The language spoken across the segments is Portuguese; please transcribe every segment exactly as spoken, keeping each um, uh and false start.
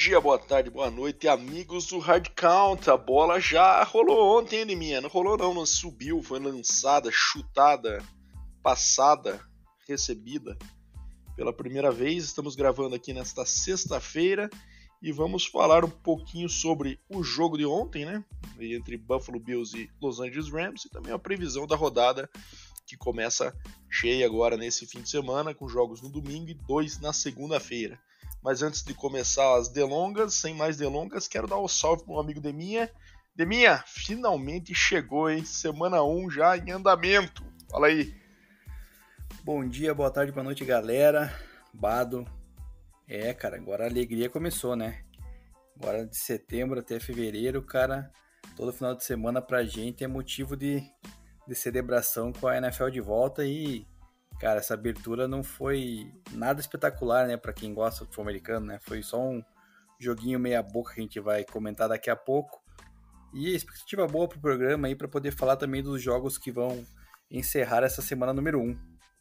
dia, boa tarde, boa noite, amigos do Hard Count. A bola já rolou ontem, hein, minha? Não rolou não, não subiu, foi lançada, chutada, passada, recebida pela primeira vez. Estamos gravando aqui nesta sexta-feira e vamos falar um pouquinho sobre o jogo de ontem, né? Entre Buffalo Bills e Los Angeles Rams, e também a previsão da rodada que começa cheia agora nesse fim de semana, com jogos no domingo e dois na segunda-feira. Mas antes de começar as delongas, sem mais delongas, quero dar um salve para um amigo Deminha. Deminha, finalmente chegou, hein? Semana um já em andamento. Fala aí. Bom dia, boa tarde, boa noite, galera. Bado. É, cara, agora a alegria começou, né? Agora de setembro até fevereiro, cara, todo final de semana pra gente é motivo de, de celebração com a N F L de volta e... Cara, essa abertura não foi nada espetacular, né, pra quem gosta do futebol americano, né, foi só um joguinho meia boca que a gente vai comentar daqui a pouco, e expectativa boa pro programa aí, pra poder falar também dos jogos que vão encerrar essa semana número um.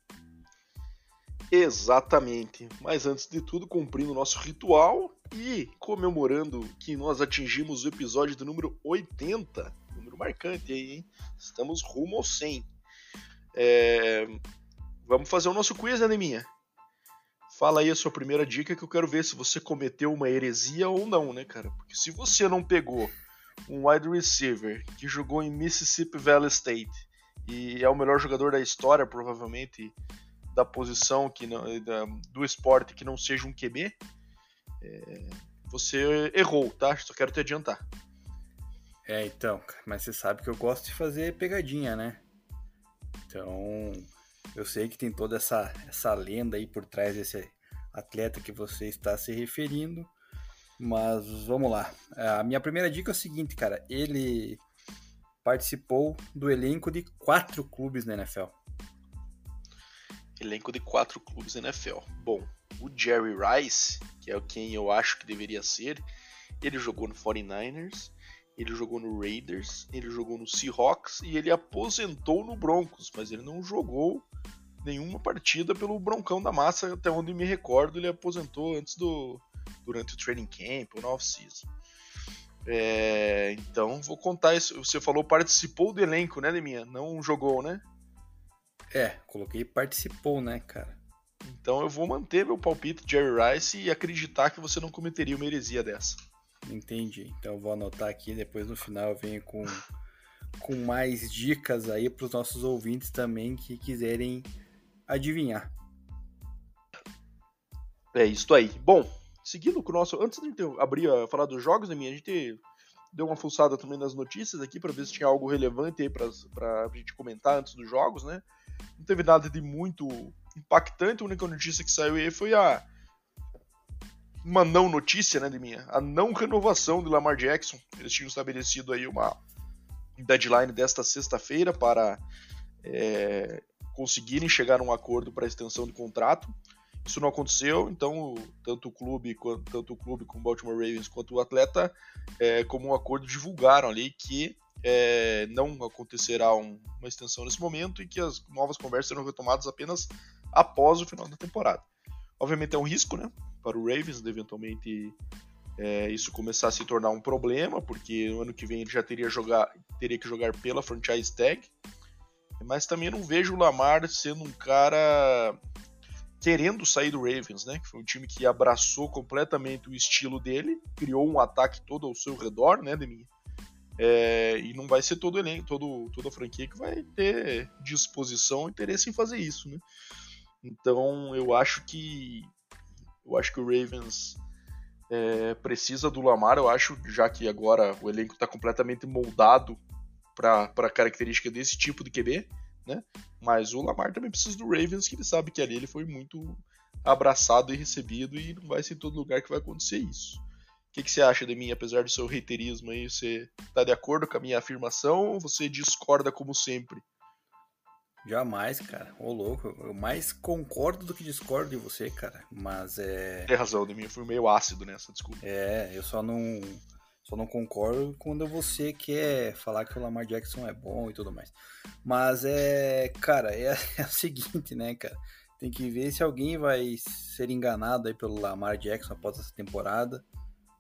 Exatamente, mas antes de tudo, cumprindo o nosso ritual e comemorando que nós atingimos o episódio do número oitenta, número marcante aí, hein, estamos rumo ao cem. É... Vamos fazer o nosso quiz, né, Neminha? Fala aí a sua primeira dica que eu quero ver se você cometeu uma heresia ou não, né, cara? Porque se você não pegou um wide receiver que jogou em Mississippi Valley State e é o melhor jogador da história, provavelmente, da posição, que não, da, do esporte que não seja um Q B, é, você errou, tá? Só quero te adiantar. É, então, mas você sabe que eu gosto de fazer pegadinha, né? Então... Eu sei que tem toda essa, essa lenda aí por trás desse atleta que você está se referindo, mas vamos lá. A minha primeira dica é o seguinte, cara, ele participou do elenco de quatro clubes na N F L. Elenco de quatro clubes na N F L. Bom, o Jerry Rice, que é quem eu acho que deveria ser, ele jogou no forty-niners, ele jogou no Raiders, ele jogou no Seahawks e ele aposentou no Broncos, mas ele não jogou nenhuma partida pelo Broncão da Massa, até onde me recordo, ele aposentou antes do durante o training camp ou na off-season. É, então, vou contar isso. Você falou participou do elenco, né, Deminha? Não jogou, né? É, coloquei participou, né, cara? Então eu vou manter meu palpite Jerry Rice e acreditar que você não cometeria uma heresia dessa. Entendi. Então eu vou anotar aqui, depois no final eu venho com, com mais dicas aí para os nossos ouvintes também que quiserem adivinhar. É isso aí. Bom, seguindo com o nosso... Antes de eu abrir a falar dos jogos, né, minha, a gente deu uma fuçada também nas notícias aqui para ver se tinha algo relevante aí para a gente comentar antes dos jogos, né? Não teve nada de muito impactante, a única notícia que saiu aí foi a uma não notícia, né, de minha, a não renovação de Lamar Jackson. Eles tinham estabelecido aí uma deadline desta sexta-feira para é, conseguirem chegar a um acordo para a extensão de contrato. Isso não aconteceu, então tanto o clube, tanto o clube como o Baltimore Ravens quanto o atleta, é, como um acordo, divulgaram ali que é, não acontecerá um, uma extensão nesse momento e que as novas conversas serão retomadas apenas após o final da temporada. Obviamente é um risco, né, para o Ravens, de eventualmente é, isso começar a se tornar um problema, porque no ano que vem ele já teria, jogar, teria que jogar pela franchise tag, mas também não vejo o Lamar sendo um cara querendo sair do Ravens, né, que foi um time que abraçou completamente o estilo dele, criou um ataque todo ao seu redor, né, Deminha? É, e não vai ser todo elenco, todo, toda a franquia que vai ter disposição e interesse em fazer isso, né? Então eu acho que eu acho que o Ravens é, precisa do Lamar, eu acho, já que agora o elenco está completamente moldado para a característica desse tipo de Q B, né? Mas o Lamar também precisa do Ravens, que ele sabe que ali ele foi muito abraçado e recebido e não vai ser em todo lugar que vai acontecer isso. O que, que você acha de mim, apesar do seu reiterismo aí? Você está de acordo com a minha afirmação ou você discorda como sempre? Jamais, cara. Ô, louco. Eu mais concordo do que discordo de você, cara. Mas é... Tem razão, de mim. Eu fui meio ácido nessa, desculpa. É, eu só não... Só não concordo quando você quer falar que o Lamar Jackson é bom e tudo mais. Mas é... Cara, é, é o seguinte, né, cara? Tem que ver se alguém vai ser enganado aí pelo Lamar Jackson após essa temporada.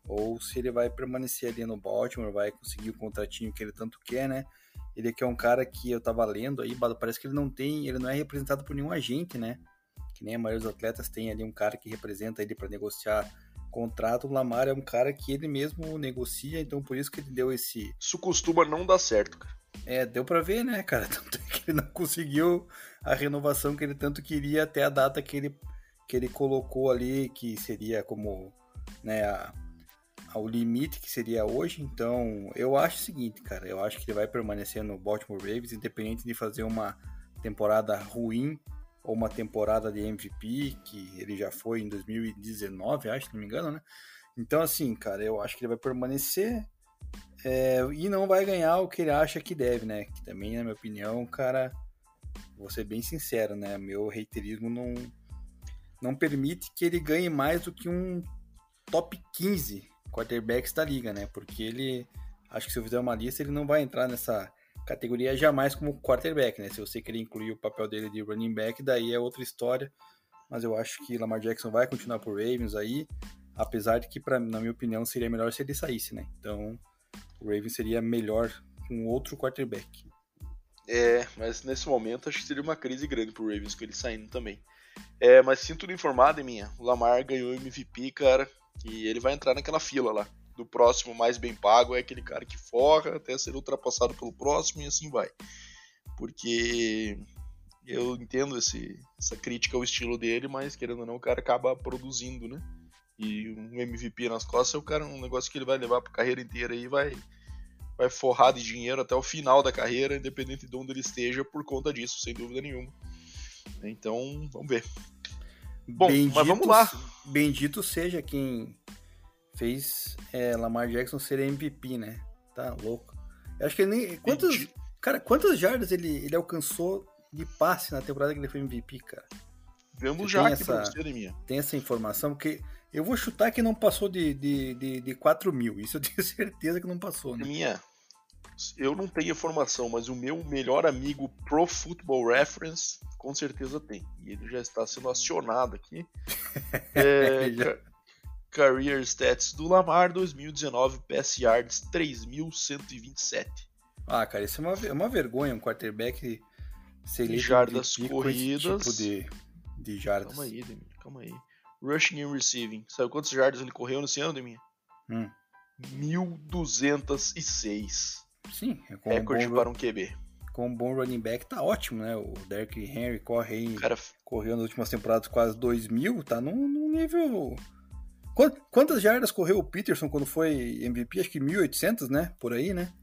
ou se ele vai permanecer ali no Baltimore, vai conseguir o contratinho que ele tanto quer, né? Ele que é um cara que eu tava lendo aí, parece que ele não tem, ele não é representado por nenhum agente, né? Que nem a maioria dos atletas tem ali um cara que representa ele para negociar contrato. O Lamar é um cara que ele mesmo negocia, então por isso que ele deu esse... Isso costuma não dar certo, cara. É, deu pra ver, né, cara? Tanto é que ele não conseguiu a renovação que ele tanto queria até a data que ele, que ele colocou ali, que seria como, né, a, ao limite que seria hoje. Então, eu acho o seguinte, cara, eu acho que ele vai permanecer no Baltimore Ravens, independente de fazer uma temporada ruim ou uma temporada de M V P, que ele já foi em dois mil e dezenove, acho, se não me engano, né? Então, assim, cara, eu acho que ele vai permanecer é, e não vai ganhar o que ele acha que deve, né? Que também, na minha opinião, cara, vou ser bem sincero, né? Meu reiterismo não, não permite que ele ganhe mais do que um top quinze quarterbacks da liga, né? Porque ele, acho que se eu fizer uma lista, ele não vai entrar nessa categoria jamais como quarterback, né? Se você querer incluir o papel dele de running back, daí é outra história. Mas eu acho que Lamar Jackson vai continuar por Ravens aí, apesar de que, pra, na minha opinião, seria melhor se ele saísse, né? Então, o Ravens seria melhor com outro quarterback. É, mas nesse momento acho que seria uma crise grande pro Ravens com ele saindo também. É, mas sinto tudo informado, em minha. O Lamar ganhou M V P, cara, e ele vai entrar naquela fila lá. Do próximo mais bem pago é aquele cara que forra até ser ultrapassado pelo próximo e assim vai. Porque eu entendo esse, essa crítica ao estilo dele, mas querendo ou não, o cara acaba produzindo, né? E um M V P nas costas é o cara, um negócio que ele vai levar pra carreira inteira e vai, vai forrar de dinheiro até o final da carreira, independente de onde ele esteja, por conta disso, sem dúvida nenhuma. Então, vamos ver. Bom, bendito, mas vamos lá. Bendito seja quem fez é, Lamar Jackson ser M V P, né? Tá louco. Eu acho que ele nem... Quantas, Bendito. Cara, quantas jardas ele, ele alcançou de passe na temporada que ele foi M V P, cara? Vamos já aqui essa, pra você, minha. Tem essa informação, porque eu vou chutar que não passou de, de, de, de quatro mil. Isso eu tenho certeza que não passou, né? Minha, eu não tenho informação, mas o meu melhor amigo Pro Football Reference com certeza tem. E ele já está sendo acionado aqui. É, já... Career Stats do Lamar dois mil e dezenove, Pass Yards três mil cento e vinte e sete. Ah, cara, isso é uma, uma vergonha, um quarterback ser jardas corridas. Tipo de, de jardas. Calma aí, Demi, calma aí. Rushing and Receiving. Sabe quantas jardas ele correu nesse ano, Demi? Hum. mil duzentos e seis. Sim, é com recorde um bom, para um Q B. Com um bom running back tá ótimo, né? O Derrick Henry corre aí, cara... correu nas últimas temporadas quase dois mil, tá num, num nível... Quantas jardas correu o Peterson quando foi M V P? Acho que mil e oitocentos, né? Por aí, né?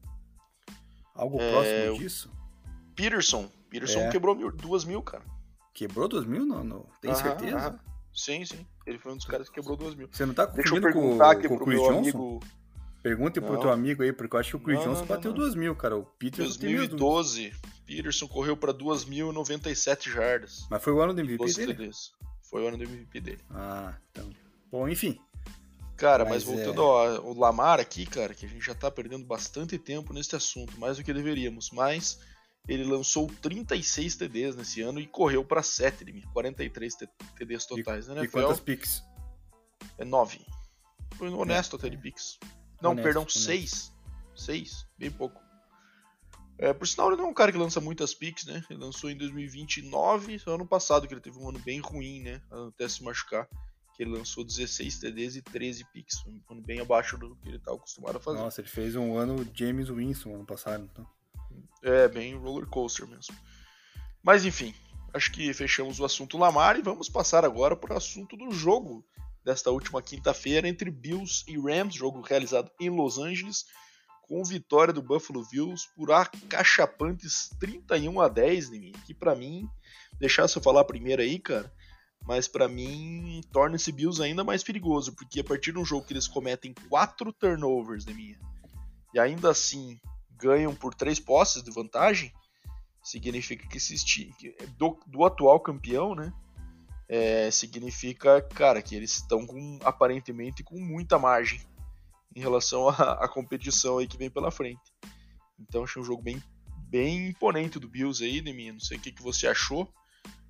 Algo é... próximo disso. Peterson. Peterson é. quebrou mil, duas mil, cara. Quebrou duas mil? Não, não. Tem aham, certeza? Aham. Sim, sim. Ele foi um dos caras que quebrou duas mil. Você não tá confundindo com, com o Chris Johnson? Amigo... Pergunte pro não. teu amigo aí, porque eu acho que o Chris não, Johnson não, bateu duas mil, cara. O Peterson dois mil e doze, Peterson correu pra duas mil e noventa e sete jardas. Mas foi o ano do M V P dele? T Ds. Foi o ano do M V P dele. Ah, então... Bom, enfim. Cara, mas, mas voltando é... ao, ao Lamar aqui, cara, que a gente já tá perdendo bastante tempo nesse assunto, mais do que deveríamos, mas ele lançou trinta e seis T Ds nesse ano e correu pra sete, quarenta e três T Ds totais, e, né? E quantas picks? É nove. Foi honesto é, até de picks. Não, honesto, perdão, honesto. seis. seis, bem pouco. É, por sinal, ele não é um cara que lança muitas picks, né? Ele lançou em dois mil e vinte e nove, ano passado, que ele teve um ano bem ruim, né? Até se machucar. Que ele lançou dezesseis T Ds e treze picks. Um ano bem abaixo do que ele estava acostumado a fazer. Nossa, ele fez um ano James Winston ano passado, então. É, bem roller coaster mesmo. Mas enfim, acho que fechamos o assunto Lamar e vamos passar agora para o assunto do jogo desta última quinta-feira entre Bills e Rams, jogo realizado em Los Angeles, com vitória do Buffalo Bills por acachapantes trinta e um a dez, que pra mim, deixar eu falar primeiro aí, cara, mas pra mim torna esse Bills ainda mais perigoso, porque a partir de um jogo que eles cometem quatro turnovers, né, minha, e ainda assim ganham por três posses de vantagem, significa que esse do, do atual campeão, né, é, significa, cara, que eles estão com, aparentemente com muita margem em relação à, à competição aí que vem pela frente. Então achei um jogo bem, bem imponente do Bills aí, Neminha. Não sei o que, que você achou,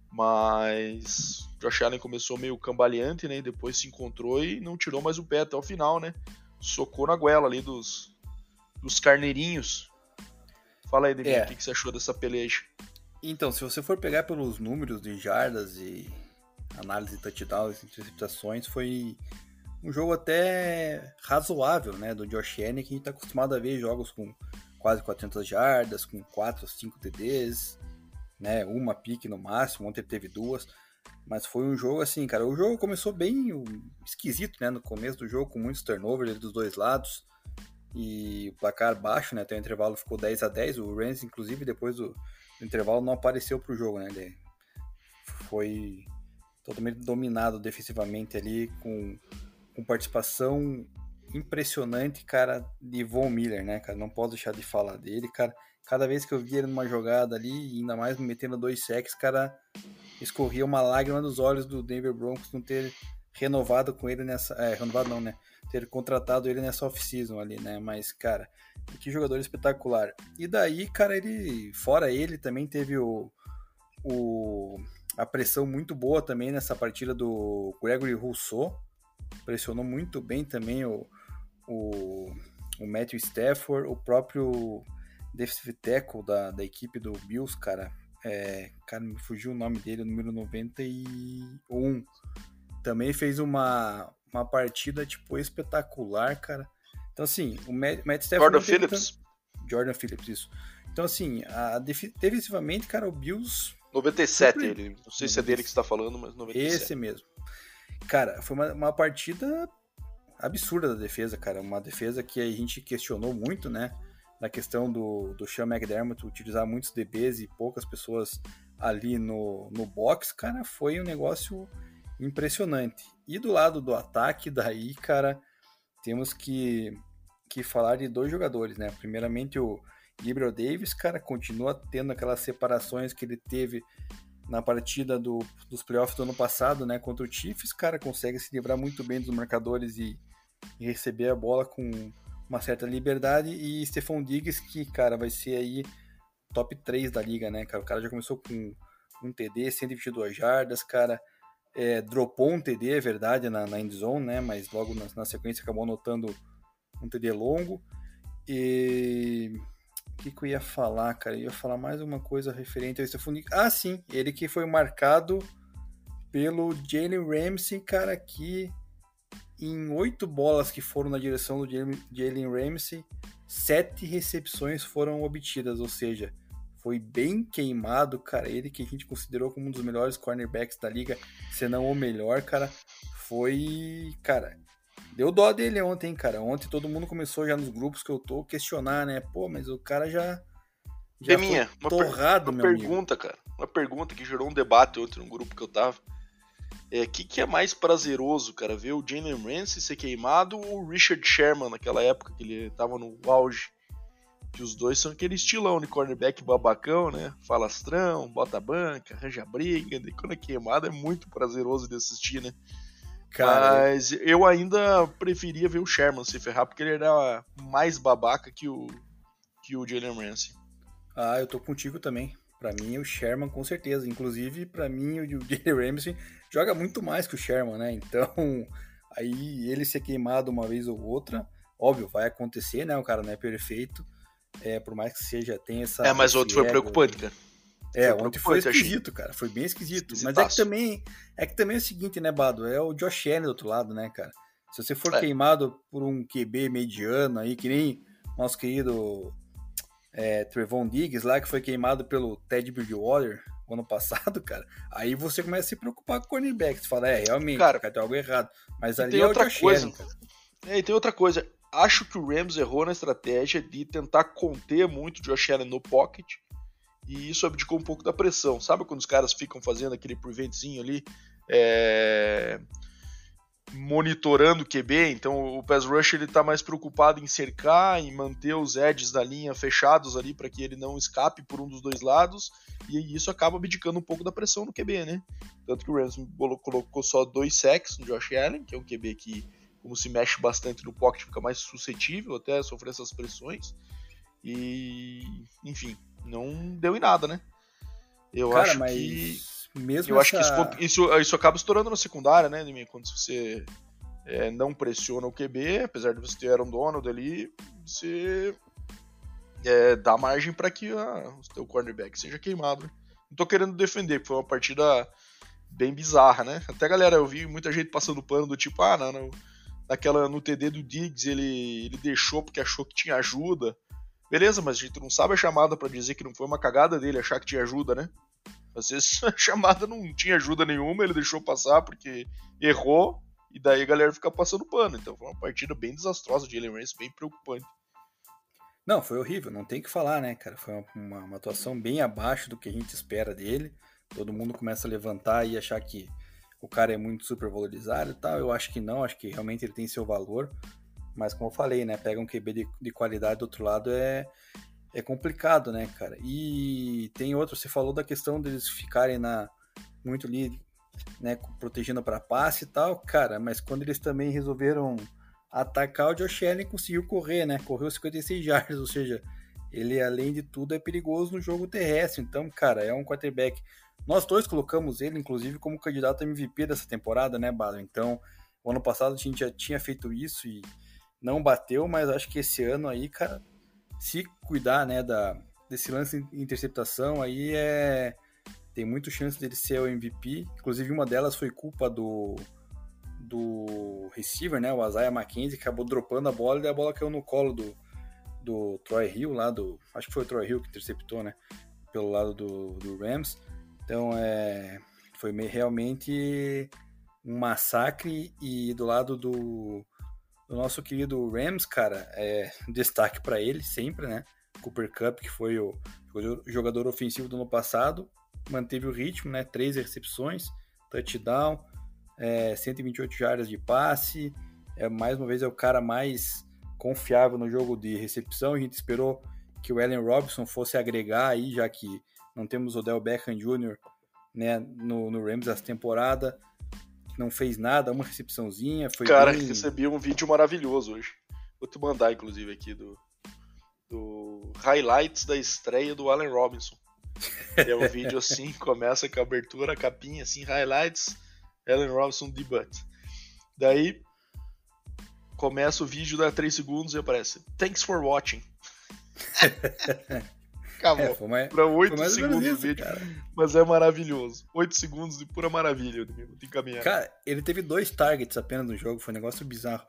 Mas Josh Allen começou meio cambaleante, né? E depois se encontrou e não tirou mais o pé até o final, né? Socou na goela ali dos, dos carneirinhos. Fala aí, Demi, é. o que, que você achou dessa peleja? Então, se você for pegar pelos números de jardas e análise de touchdowns e interceptações, foi um jogo até razoável, né, do Josh Allen, que a gente tá acostumado a ver jogos com quase quatrocentas jardas, com quatro, cinco T Ds, né, uma pick no máximo, ontem ele teve duas, mas foi um jogo assim, cara, o jogo começou bem esquisito, né, no começo do jogo, com muitos turnovers dos dois lados, e o placar baixo, né, até o intervalo ficou dez a dez, o Rams, inclusive, depois do, do intervalo não apareceu pro jogo, né, ele foi totalmente dominado defensivamente ali, com, com participação impressionante, cara, de Von Miller, né, cara, não posso deixar de falar dele, cara, cada vez que eu via ele numa jogada ali, ainda mais metendo dois sacks, cara, escorria uma lágrima nos olhos do Denver Broncos não ter renovado com ele nessa, é, renovado não, né, ter contratado ele nessa off-season ali, né, mas, cara, que jogador espetacular. E daí, cara, ele, fora ele, também teve o, o a pressão muito boa também nessa partida do Gregory Rousseau, pressionou muito bem também o, o, o Matthew Stafford, o próprio defensive tackle da, da equipe do Bills, cara, é, cara, me fugiu o nome dele, o número noventa e um, também fez uma, uma partida, tipo, espetacular, cara. Então, assim, o Matt, Matt Stafford... Jordan Phillips. Tanto... Jordan Phillips, isso. Então, assim, a, defensivamente, cara, o Bills... noventa e sete, super... ele. Não sei se é dele que você tá falando, mas noventa e sete. Esse mesmo. Cara, foi uma, uma partida absurda da defesa, cara. Uma defesa que a gente questionou muito, né? Na questão do, do Sean McDermott utilizar muitos D Bs e poucas pessoas ali no, no box, cara, foi um negócio impressionante. E do lado do ataque, daí, cara, temos que, que falar de dois jogadores, né? Primeiramente, o Gabriel Davis, cara, continua tendo aquelas separações que ele teve na partida do, dos playoffs do ano passado, né? Contra o Chiefs, cara, consegue se livrar muito bem dos marcadores e, e receber a bola com uma certa liberdade, e Stephon Diggs, que, cara, vai ser aí top três da liga, né, cara? O cara já começou com um T D, cento e vinte e duas jardas, cara, é, dropou um T D, é verdade, na, na endzone, né, mas logo na, na sequência acabou anotando um T D longo. E o que, que eu ia falar, cara? Eu ia falar mais uma coisa referente ao Stephon Diggs. Ah, sim, ele que foi marcado pelo Jalen Ramsey, cara, que em oito bolas que foram na direção do Jalen Ramsey, sete recepções foram obtidas, ou seja, foi bem queimado, cara. Ele que a gente considerou como um dos melhores cornerbacks da liga, se não o melhor, cara, foi, cara, deu dó dele ontem, cara. Ontem todo mundo começou já nos grupos que eu tô questionar, né? Pô, mas o cara já já minha, foi torrado, uma meu pergunta, amigo. cara, uma pergunta que gerou um debate ontem no grupo que eu tava. É, que, que é mais prazeroso, cara, ver o Jalen Ramsey ser queimado ou o Richard Sherman naquela época que ele tava no auge? Que os dois são aquele estilão de cornerback babacão, né? Falastrão, bota a banca, arranja briga, e quando é queimado é muito prazeroso de assistir, né? Cara, mas eu ainda preferia ver o Sherman se ferrar, porque ele era mais babaca que o, que o Jalen Ramsey. Ah, eu tô contigo também. Pra mim, o Sherman, com certeza. Inclusive, pra mim, o Jalen Ramsey joga muito mais que o Sherman, né? Então, aí ele ser queimado uma vez ou outra, óbvio, vai acontecer, né? O cara não é perfeito. É, por mais que seja, tem essa... É, mas ontem foi preocupante, cara. É, foi ontem foi esquisito, cara. Foi bem esquisito. Mas é que, também, é que também é o seguinte, né, Bado? É o Josh Allen do outro lado, né, cara? Se você for é. queimado por um Q B mediano aí, que nem nosso querido... É, Trevon Diggs lá, que foi queimado pelo Ted Bridgewater ano passado, cara, aí você começa a se preocupar com o cornerback, você fala, é, realmente, cara, tem algo errado, mas ali tem é outra o coisa, Allen, cara. É, e tem outra coisa, acho que o Rams errou na estratégia de tentar conter muito o Josh Allen no pocket, e isso abdicou um pouco da pressão, sabe quando os caras ficam fazendo aquele preventzinho ali, é... monitorando o Q B, então o pass rush ele tá mais preocupado em cercar, em manter os edges da linha fechados ali para que ele não escape por um dos dois lados, e isso acaba abdicando um pouco da pressão no Q B, né? Tanto que o Rams colocou só dois sacks no Josh Allen, que é um Q B que, como se mexe bastante no pocket, fica mais suscetível até a sofrer essas pressões, e enfim, não deu em nada, né? Eu Cara, acho mas... que mesmo Eu essa... acho que isso, isso, isso acaba estourando na secundária, né, Ademir? Quando você é, não pressiona o Q B, apesar de você ter Aaron Donald ali, você é, dá margem para que a, o seu cornerback seja queimado. Né? Não tô querendo defender, porque foi uma partida bem bizarra, né? Até, galera, eu vi muita gente passando pano do tipo, ah, não, não naquela, no T D do Diggs ele, ele deixou porque achou que tinha ajuda. Beleza, mas a gente não sabe a chamada para dizer que não foi uma cagada dele achar que tinha ajuda, né? Às vezes a chamada não tinha ajuda nenhuma, ele deixou passar porque errou, e daí a galera fica passando pano. Então foi uma partida bem desastrosa de Jalen Ramsey, bem preocupante. Não, foi horrível, não tem o que falar, né, cara? Foi uma, uma atuação bem abaixo do que a gente espera dele. Todo mundo começa a levantar e achar que o cara é muito super valorizado e tal. Eu acho que não, acho que realmente ele tem seu valor. Mas como eu falei, né, pega um Q B de, de qualidade do outro lado é, é complicado, né, cara? E tem outro, você falou da questão deles ficarem na, muito ali, né, protegendo para passe e tal, cara, mas quando eles também resolveram atacar, o Josh Allen conseguiu correr, né, correu cinquenta e seis jardas, ou seja, ele além de tudo é perigoso no jogo terrestre, então, cara, é um quarterback, nós dois colocamos ele, inclusive, como candidato a M V P dessa temporada, né, Bala, então, o ano passado a gente já tinha feito isso e não bateu, mas acho que esse ano aí, cara, se cuidar, né, da, desse lance de interceptação aí, é, tem muito chance dele ser o M V P. Inclusive, uma delas foi culpa do, do receiver, né, o Isaiah McKenzie, que acabou dropando a bola e a bola caiu no colo do, do Troy Hill, lá do, acho que foi o Troy Hill que interceptou, né, pelo lado do, do Rams. Então, é, foi meio, realmente um massacre. E do lado do o nosso querido Rams, cara, é destaque para ele sempre, né? Cooper Kupp, que foi o jogador ofensivo do ano passado, manteve o ritmo, né? Três recepções, touchdown, é, cento e vinte e oito jardas de passe. É, mais uma vez é o cara mais confiável no jogo de recepção. A gente esperou que o Allen Robinson fosse agregar aí, já que não temos o Odell Beckham Júnior, né, no, no Rams essa temporada. Não fez nada, uma recepçãozinha. Foi Cara, bem... recebi um vídeo maravilhoso hoje. Vou te mandar, inclusive, aqui do, do highlights da estreia do Allen Robinson. É um vídeo assim, começa com a abertura, a capinha, assim, highlights, Allen Robinson debut. Daí, começa o vídeo, dá três segundos e aparece Thanks for watching. Acabou. É, uma... Para oito segundos isso, do vídeo. Cara. Mas é maravilhoso. oito segundos de pura maravilha. Encaminhar. Cara, ele teve dois targets apenas no jogo. Foi um negócio bizarro.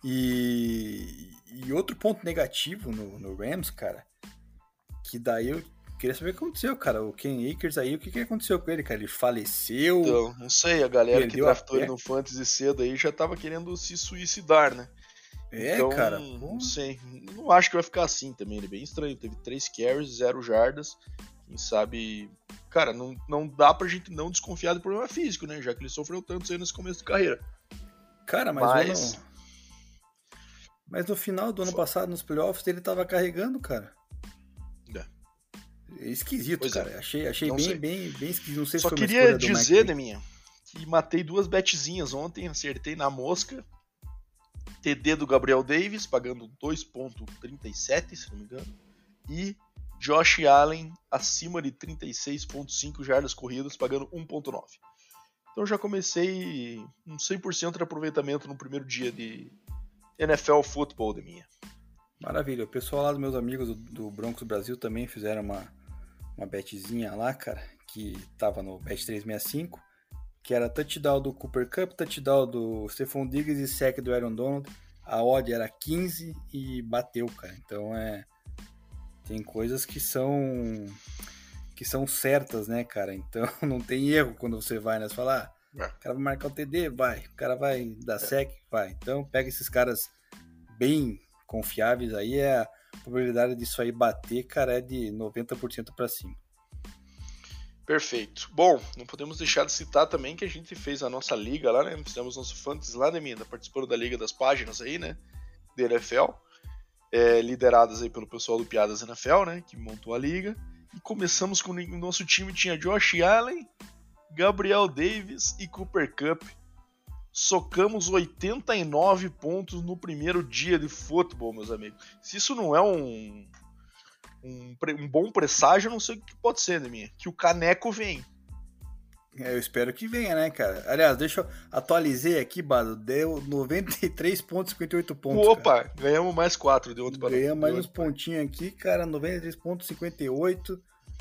E, e outro ponto negativo no, no Rams, cara, que daí eu queria saber o que aconteceu, cara. O Ken Akers aí, o que, que aconteceu com ele, cara? Ele faleceu? Então, não sei. A galera que draftou ele no Fantasy cedo aí já tava querendo se suicidar, né? É, então, cara. Não sei. Não acho que vai ficar assim também. Ele é bem estranho. Teve três carries, zero jardas. Quem sabe... Cara, não, não dá pra gente não desconfiar do problema físico, né? Já que ele sofreu tanto aí nesse começo de carreira. Cara, mas... Mas, ano... mas no final do ano passado, nos playoffs, ele tava carregando, cara. É. É esquisito, pois cara. É. Achei, achei bem, bem, bem esquisito. Não sei Só se foi queria uma dizer, Neminha, que matei duas betzinhas ontem. Acertei na mosca. T D do Gabriel Davis, pagando dois vírgula trinta e sete, se não me engano. E Josh Allen, acima de trinta e seis vírgula cinco jardas corridas, pagando um vírgula nove. Então já comecei um cem por cento de aproveitamento no primeiro dia de N F L Football de minha. Maravilha. O pessoal lá dos meus amigos do, do Broncos Brasil também fizeram uma, uma betzinha lá, cara, que tava no Bet trezentos e sessenta e cinco. Que era touchdown do Cooper Kupp, touchdown do Stephon Diggs e sack do Aaron Donald. A odd era quinze e bateu, cara. Então é... Tem coisas que são... que são certas, né, cara? Então não tem erro quando você vai, né? Você fala, ah, o cara vai marcar o T D? Vai. O cara vai dar sack? Vai. Então pega esses caras bem confiáveis aí. É a probabilidade disso aí bater, cara, é de noventa por cento pra cima. Perfeito. Bom, não podemos deixar de citar também que a gente fez a nossa liga lá, né? Fizemos nosso fantasy lá, né, Mina? Participando da liga das páginas aí, né? Da N F L. É, lideradas aí pelo pessoal do Piadas N F L, né? Que montou a liga. E começamos com o nosso time, tinha Josh Allen, Gabriel Davis e Cooper Kupp. Socamos oitenta e nove pontos no primeiro dia de futebol, meus amigos. Se isso não é um... Um, um bom presságio, eu não sei o que pode ser, né, minha? Que o caneco vem. É, eu espero que venha, né, cara? Aliás, deixa eu atualizei aqui, Bado. Deu noventa e três vírgula cinquenta e oito pontos. Opa, cara. ganhamos mais quatro de ontem para Ganhamos mais uns pontinhos aqui, cara. noventa e três vírgula cinquenta e oito.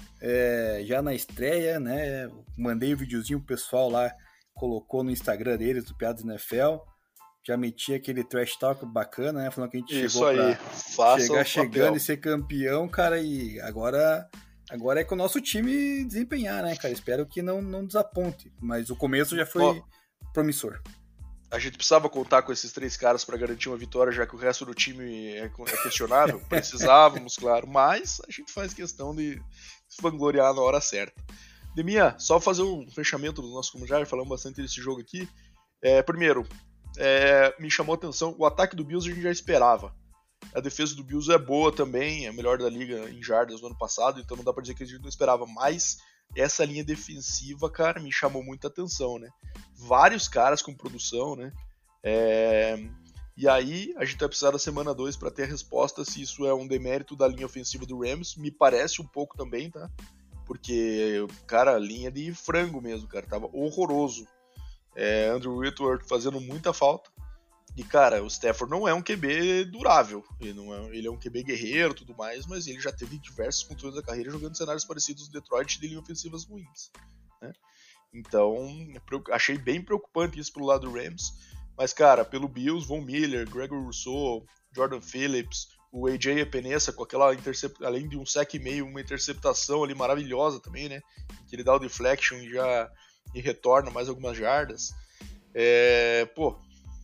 É, já na estreia, né? Mandei o um videozinho pro pessoal lá, colocou no Instagram deles, do Piadas N F L. Já meti aquele trash talk bacana, né? Falando que a gente Isso chegou aí. pra Faça chegar o chegando papel. e ser campeão, cara. E agora, agora é com o nosso time desempenhar, né, cara? Espero que não, não desaponte. Mas o começo já foi Ó, promissor. a gente precisava contar com esses três caras para garantir uma vitória, já que o resto do time é é questionável. Precisávamos, claro, mas a gente faz questão de se vangloriar na hora certa. Deminha, só fazer um fechamento do nosso comentário, falamos bastante desse jogo aqui. É, primeiro, é, me chamou a atenção, o ataque do Bills a gente já esperava. A defesa do Bills é boa também, é a melhor da liga em jardas no ano passado, então não dá pra dizer que a gente não esperava, mas essa linha defensiva, cara, me chamou muita atenção, né? Vários caras com produção, né? É... E aí, a gente vai precisar da semana dois para ter a resposta se isso é um demérito da linha ofensiva do Rams, me parece um pouco também, tá? Porque, cara, linha de frango mesmo, cara, tava horroroso. É, Andrew Whitworth fazendo muita falta. E, cara, o Stafford não é um Q B durável. Ele, não é, ele é um Q B guerreiro e tudo mais, mas ele já teve diversos pontos da carreira jogando cenários parecidos no Detroit de linha ofensivas ruins. Né? Então, achei bem preocupante isso pelo lado do Rams. Mas, cara, pelo Bills, Von Miller, Gregor Rousseau, Jordan Phillips, o A J Epenesa com aquela interceptação, além de um sec e meio, uma interceptação ali maravilhosa também, né? Que ele dá o deflection e já e retorna mais algumas jardas. É, pô,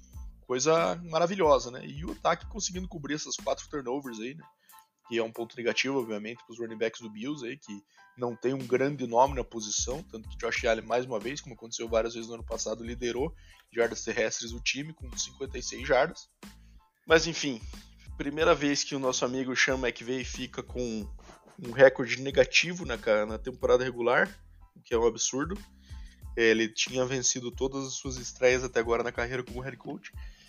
coisa maravilhosa, né? E o ataque conseguindo cobrir essas quatro turnovers aí, né? Que é um ponto negativo, obviamente, para os running backs do Bills aí, que não tem um grande nome na posição, tanto que Josh Allen, mais uma vez, como aconteceu várias vezes no ano passado, liderou jardas terrestres do time com cinquenta e seis jardas. Mas, enfim, primeira vez que o nosso amigo Sean McVay fica com um recorde negativo na, na temporada regular, o que é um absurdo. Ele tinha vencido todas as suas estreias até agora na carreira como head coach.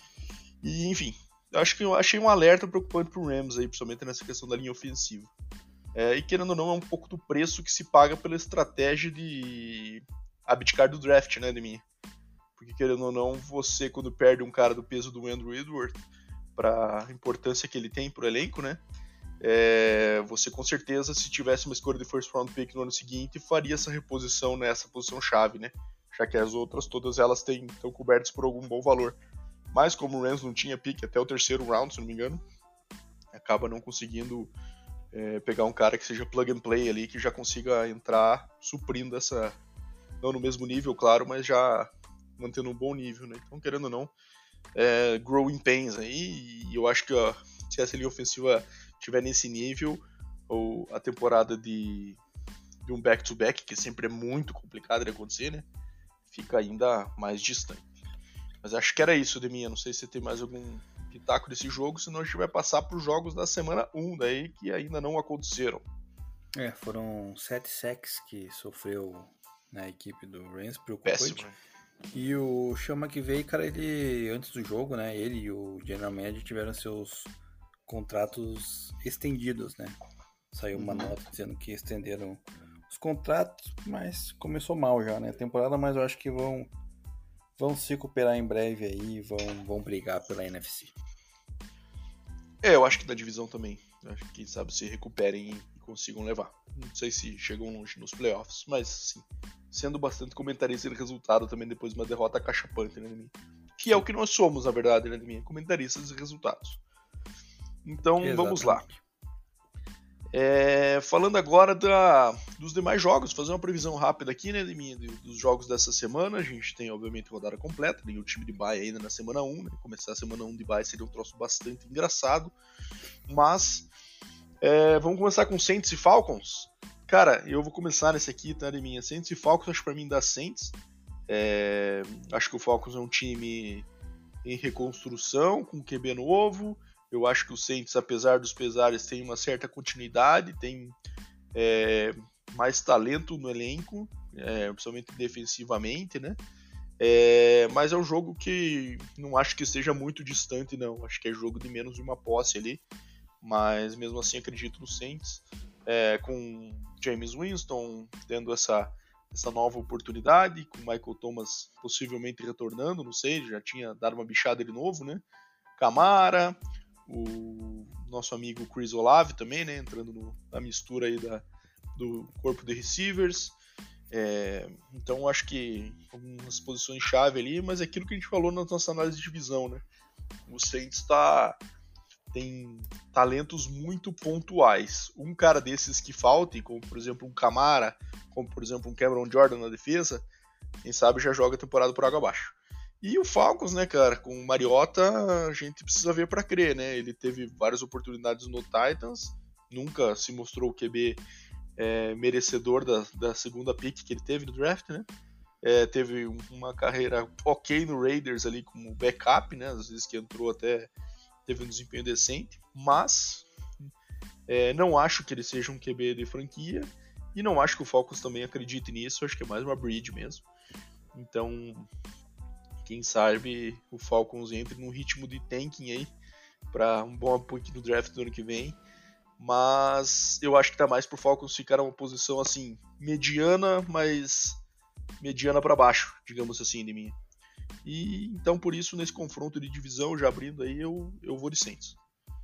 E, enfim, acho que eu achei um alerta preocupante pro Rams aí, principalmente nessa questão da linha ofensiva. É, e querendo ou não, é um pouco do preço que se paga pela estratégia de abdicar do draft, né, de mim. Porque querendo ou não, você quando perde um cara do peso do Andrew Whitworth, para a importância que ele tem pro elenco, né, é, você com certeza, se tivesse uma escolha de first round pick no ano seguinte, faria essa reposição nessa posição chave, né, já que as outras, todas elas têm, estão cobertas por algum bom valor. Mas como o Rams não tinha pick até o terceiro round, se não me engano, acaba não conseguindo é, pegar um cara que seja plug and play ali, que já consiga entrar suprindo essa, não no mesmo nível, claro, mas já mantendo um bom nível, né? Então, querendo ou não, é, growing pains aí, e eu acho que ó, se essa linha ofensiva estiver nesse nível, ou a temporada de, de um back-to-back, que sempre é muito complicado de acontecer, né? Fica ainda mais distante. Mas acho que era isso, Deminha. Não sei se você tem mais algum pitaco desse jogo, senão a gente vai passar para os jogos da semana um, daí, que ainda não aconteceram. É, foram sete sacks que sofreu na equipe do Rams, preocupante. Péssimo, né? E o Sean McVay, cara, ele, antes do jogo, né, ele e o General Manager tiveram seus contratos estendidos, né? Saiu uma uhum. nota dizendo que estenderam os contratos, mas começou mal já, né, a temporada, mas eu acho que vão vão se recuperar em breve aí e vão, vão brigar pela N F C. É, eu acho que da divisão também. Eu acho que quem sabe se recuperem e consigam levar. Não sei se chegam longe nos playoffs, mas sim, sendo bastante comentarista de resultado também depois de uma derrota cachapante, né, Deminha? Que é o que nós somos, na verdade, né, Deminha? Comentaristas de resultados. Então, exatamente. Vamos lá. É, falando agora da, dos demais jogos, fazer uma previsão rápida aqui, né, Deminha, dos jogos dessa semana. A gente tem, obviamente, rodada completa, tem o time de bye ainda na semana um, né? Começar a semana um de bye seria um troço bastante engraçado, mas é, vamos começar com Saints e Falcons. Cara, eu vou começar nesse aqui, tá, Deminha? Saints e Falcons, acho que pra mim dá Saints. É, acho que o Falcons é um time em reconstrução, com Q B novo. Eu acho que o Saints, apesar dos pesares, tem uma certa continuidade, tem é, mais talento no elenco, é, principalmente defensivamente, né? É, mas é um jogo que não acho que seja muito distante, não. Acho que é jogo de menos de uma posse ali, mas mesmo assim acredito no Saints, é, com James Winston tendo essa, essa nova oportunidade, com o Michael Thomas possivelmente retornando, não sei, já tinha dado uma bichada de novo, né? Camara, o nosso amigo Chris Olave também, né? Entrando no, na mistura aí da, do corpo de receivers. É, então acho que algumas posições-chave ali, mas é aquilo que a gente falou na nossa análise de divisão, né? O Saints tá, tem talentos muito pontuais. Um cara desses que falte, como por exemplo um Camara, como por exemplo um Cameron Jordan na defesa, quem sabe já joga a temporada por água abaixo. E o Falcons, né, cara, com o Mariota, a gente precisa ver para crer, né? Ele teve várias oportunidades no Titans, nunca se mostrou o Q B é, merecedor da, da segunda pick que ele teve no draft, né? É, teve uma carreira ok no Raiders ali como backup, né? Às vezes que entrou até teve um desempenho decente, mas é, não acho que ele seja um Q B de franquia e não acho que o Falcons também acredite nisso, acho que é mais uma breed mesmo. Então, quem sabe o Falcons entre num ritmo de tanking aí para um bom apoio no draft do ano que vem, mas eu acho que tá mais pro Falcons ficar numa posição assim, mediana, mas mediana para baixo, digamos assim, de mim. E então por isso nesse confronto de divisão, já abrindo aí, eu, eu vou de Saints.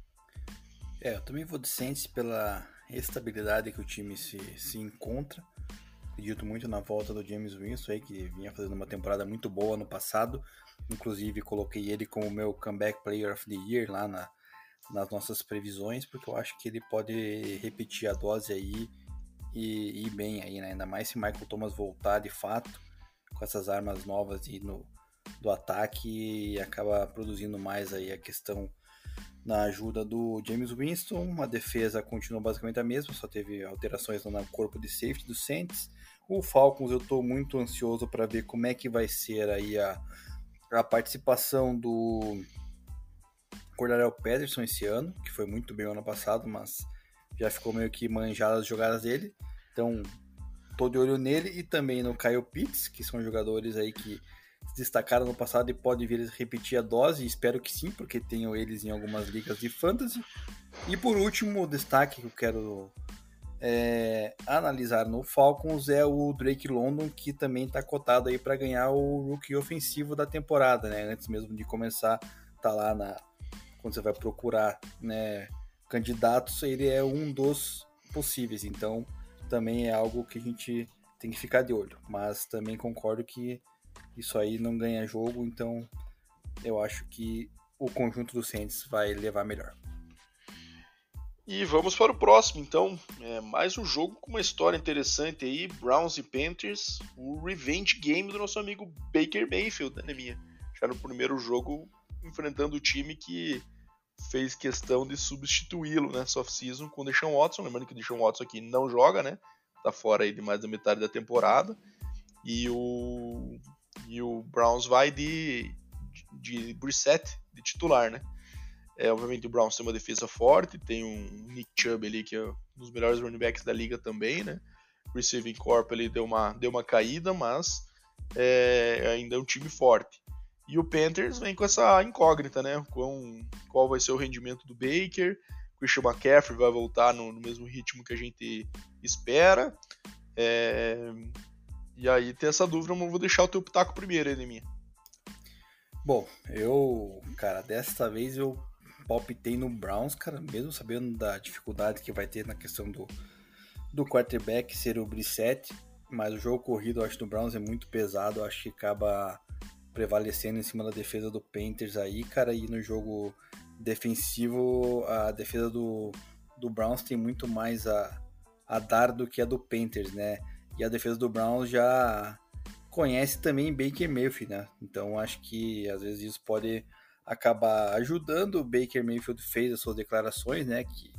É, eu também vou de Saints pela estabilidade que o time se, se encontra. Acredito muito na volta do James Winston aí, que vinha fazendo uma temporada muito boa no passado. Inclusive coloquei ele como meu comeback player of the year lá na, nas nossas previsões, porque eu acho que ele pode repetir a dose aí e ir bem aí, né? Ainda mais se Michael Thomas voltar de fato com essas armas novas aí no, do ataque e acaba produzindo mais aí a questão na ajuda do James Winston. A defesa continua basicamente a mesma, só teve alterações no corpo de safety do Saints. O Falcons eu estou muito ansioso para ver como é que vai ser aí a, a participação do Cordarrelle Patterson esse ano, que foi muito bem no ano passado, mas já ficou meio que manjado as jogadas dele. Então, tô de olho nele e também no Kyle Pitts, que são jogadores aí que se destacaram no passado e podem vir repetir a dose, espero que sim, porque tenho eles em algumas ligas de fantasy. E por último, o destaque que eu quero é, analisar no Falcons é o Drake London, que também está cotado aí para ganhar o rookie ofensivo da temporada, né? Antes mesmo de começar, tá lá na quando você vai procurar, né, candidatos, ele é um dos possíveis, então também é algo que a gente tem que ficar de olho, mas também concordo que isso aí não ganha jogo, então eu acho que o conjunto do Saints vai levar melhor. E vamos para o próximo, então, é mais um jogo com uma história interessante aí, Browns e Panthers, o revenge game do nosso amigo Baker Mayfield, né, minha? Já no primeiro jogo, enfrentando o time que fez questão de substituí-lo nessa off-season com o Deshaun Watson, lembrando que o Deshaun Watson aqui não joga, né? Tá fora aí de mais da metade da temporada. E o, e o Browns vai de, de, de Brissett, de titular, né? É, obviamente o Browns tem uma defesa forte, tem um Nick Chubb ali, que é um dos melhores running backs da liga também, né? O Receiving Corp ali deu uma, deu uma caída, mas é, ainda é um time forte. E o Panthers vem com essa incógnita, né? Com qual vai ser o rendimento do Baker. Christian McCaffrey vai voltar no, no mesmo ritmo que a gente espera. É... E aí tem essa dúvida, mas eu vou deixar o teu pitaco primeiro, Enemir. Bom, eu, cara, desta vez eu palpitei no Browns, cara, mesmo sabendo da dificuldade que vai ter na questão do, do quarterback ser o Brissett, mas o jogo corrido, eu acho, do Browns é muito pesado, eu acho que acaba prevalecendo em cima da defesa do Panthers aí, cara, e no jogo defensivo a defesa do, do Browns tem muito mais a, a dar do que a do Panthers, né? E a defesa do Browns já conhece também Baker Mayfield, né? Então acho que às vezes isso pode acabar ajudando. O Baker Mayfield fez as suas declarações, né? Que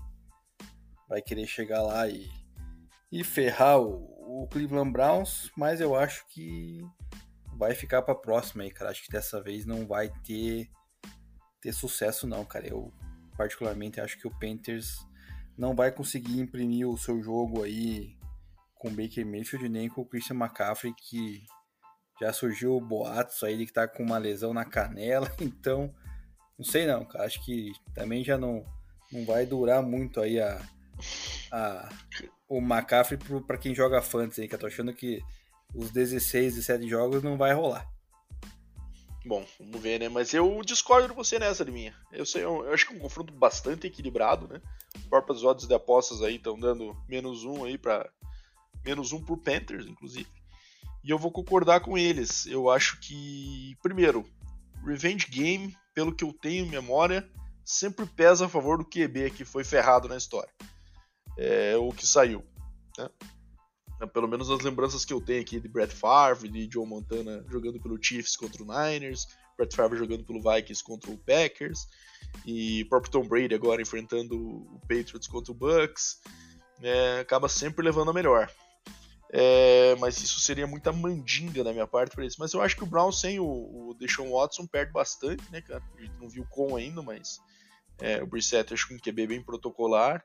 vai querer chegar lá e, e ferrar o, o Cleveland Browns, mas eu acho que vai ficar para a próxima aí, cara. Acho que dessa vez não vai ter, ter sucesso não, cara. Eu particularmente acho que o Panthers não vai conseguir imprimir o seu jogo aí com o Baker Mayfield nem com o Christian McCaffrey, que já surgiu boatos aí de que tá com uma lesão na canela, então não sei não, cara. Acho que também já não, não vai durar muito aí a, a, o McCaffrey para quem joga fantasy aí, que eu tô achando que os dezesseis, dezessete jogos não vai rolar. Bom, vamos ver, né? Mas eu discordo de você nessa, de minha. Eu, sei, eu, eu acho que é um confronto bastante equilibrado, né? Os próprios odds de apostas aí estão dando menos um aí para menos um pro Panthers, inclusive. E eu vou concordar com eles. Eu acho que, primeiro, Revenge Game, pelo que eu tenho em memória, sempre pesa a favor do Q B que foi ferrado na história. É o que saiu, né? Pelo menos as lembranças que eu tenho aqui de Brett Favre, de Joe Montana jogando pelo Chiefs contra o Niners, Brett Favre jogando pelo Vikings contra o Packers, e o próprio Tom Brady agora enfrentando o Patriots contra o Bucks, é, acaba sempre levando a melhor. É, mas isso seria muita mandinga da minha parte para isso. Mas eu acho que o Browns sem o, o Deshaun Watson perde bastante, né, cara? A gente não viu com ainda, mas é, o Brissett acho que um Q B bem protocolar.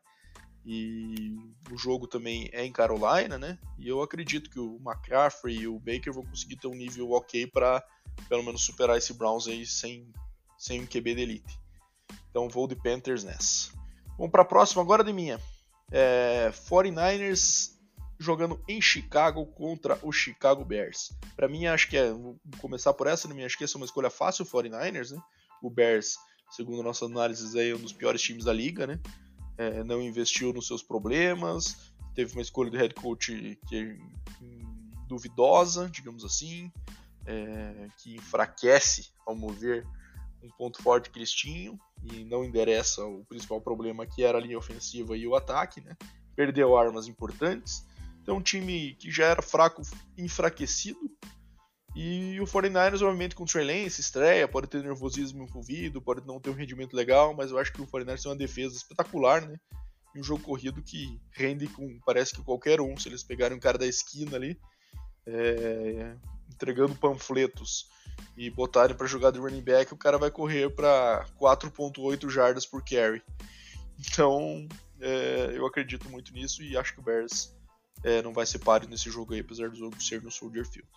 E o jogo também é em Carolina, né? E eu acredito que o McCaffrey e o Baker vão conseguir ter um nível ok para pelo menos superar esse Browns aí sem, sem um Q B de elite. Então vou de Panthers nessa. Vamos para a próxima agora de minha. É, quarenta e nine ers jogando em Chicago contra o Chicago Bears. Para mim, acho que é. Vou começar por essa, né? Acho que essa é uma escolha fácil, o quarenta e nine ers, né? O Bears, segundo nossas análises, é um dos piores times da liga, né? É, não investiu nos seus problemas, teve uma escolha de head coach que é duvidosa, digamos assim, é, que enfraquece, ao mover, um ponto forte que eles tinham e não endereça o principal problema, que era a linha ofensiva e o ataque, né? Perdeu armas importantes. Então, um time que já era fraco, enfraquecido. E o quarenta e nine ers, obviamente, com o Trey Lance, estreia, pode ter nervosismo envolvido, pode não ter um rendimento legal, mas eu acho que o quarenta e nine ers tem uma defesa espetacular, né? E um jogo corrido que rende com, parece que qualquer um, se eles pegarem um cara da esquina ali, é, entregando panfletos e botarem para jogar de running back, o cara vai correr para quatro ponto oito jardas por carry. Então, é, eu acredito muito nisso e acho que o Bears é, não vai ser páreo nesse jogo aí, apesar do jogo ser no Soldier Field.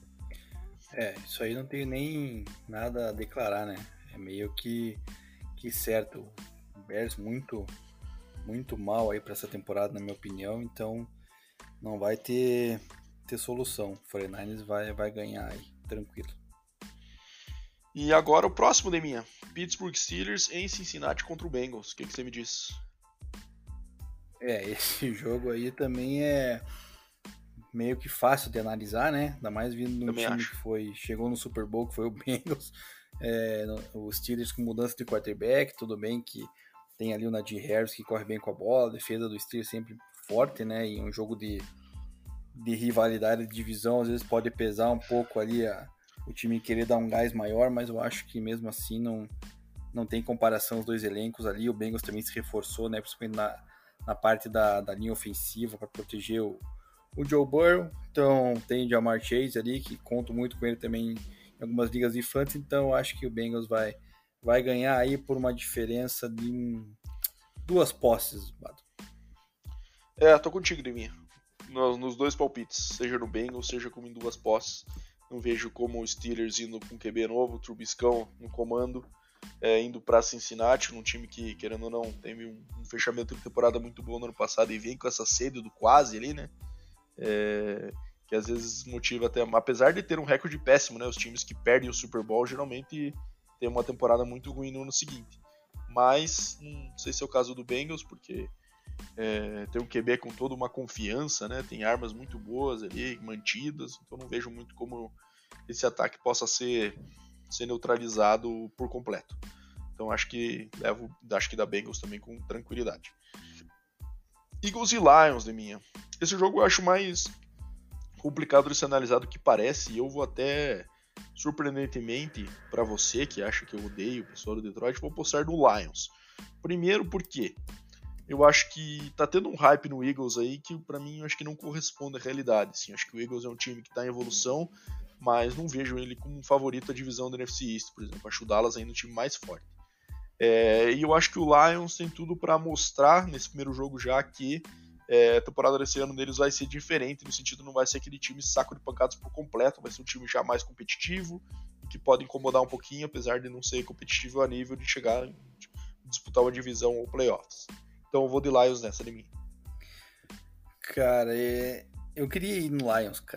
É, isso aí não tenho nem nada a declarar, né? É meio que, que certo. O Bears muito, muito mal aí para essa temporada, na minha opinião, então não vai ter, ter solução. O quarenta e nine ers vai, vai ganhar aí, tranquilo. E agora o próximo, Deminha. Pittsburgh Steelers em Cincinnati contra o Bengals. O que, que você me diz? É, esse jogo aí também é meio que fácil de analisar, né? Ainda mais vindo de um Também time acho. que foi, chegou no Super Bowl, que foi o Bengals. É, os Steelers com mudança de quarterback, tudo bem que tem ali o Najee Harris que corre bem com a bola, a defesa do Steelers sempre forte, né? E um jogo de, de rivalidade de divisão às vezes pode pesar um pouco ali a, o time querer dar um gás maior, mas eu acho que mesmo assim não, não tem comparação os dois elencos ali. O Bengals também se reforçou, né? Principalmente na, na parte da, da linha ofensiva para proteger o o Joe Burrow, então tem o Ja'Marr Chase ali, que conto muito com ele também em algumas ligas de fantasy, então acho que o Bengals vai, vai ganhar aí por uma diferença de um, duas posses, Bado. É, tô contigo, Deminha. Nos, nos dois palpites, seja no Bengals, seja como em duas posses. Não vejo como o Steelers indo com Q B novo, o Trubiscão no comando, é, indo para Cincinnati, num time que, querendo ou não, teve um, um fechamento de temporada muito bom no ano passado e vem com essa sede do quase ali, né? É, que às vezes motiva até, apesar de ter um recorde péssimo, né? Os times que perdem o Super Bowl geralmente tem uma temporada muito ruim no ano seguinte. Mas não sei se é o caso do Bengals, porque é, tem um Q B com toda uma confiança, né? Tem armas muito boas ali, mantidas, então não vejo muito como esse ataque possa ser, ser neutralizado por completo. Então acho que levo, acho que dá Bengals também com tranquilidade. Eagles e Lions, de minha. Esse jogo eu acho mais complicado de ser analisado do que parece, e eu vou até, surpreendentemente, para você que acha que eu odeio o pessoal do Detroit, vou postar no Lions. Primeiro porque eu acho que tá tendo um hype no Eagles aí que para mim eu acho que não corresponde à realidade. Assim, acho que o Eagles é um time que tá em evolução, mas não vejo ele como um favorito da divisão da N F C East, por exemplo. Acho o Dallas ainda um time mais forte. É, e eu acho que o Lions tem tudo para mostrar nesse primeiro jogo já que é, a temporada desse ano deles vai ser diferente, no sentido não vai ser aquele time saco de pancadas por completo, vai ser um time já mais competitivo e que pode incomodar um pouquinho, apesar de não ser competitivo a nível de chegar a disputar uma divisão ou playoffs. Então eu vou de Lions nessa de mim. Cara, é... eu queria ir no Lions, cara.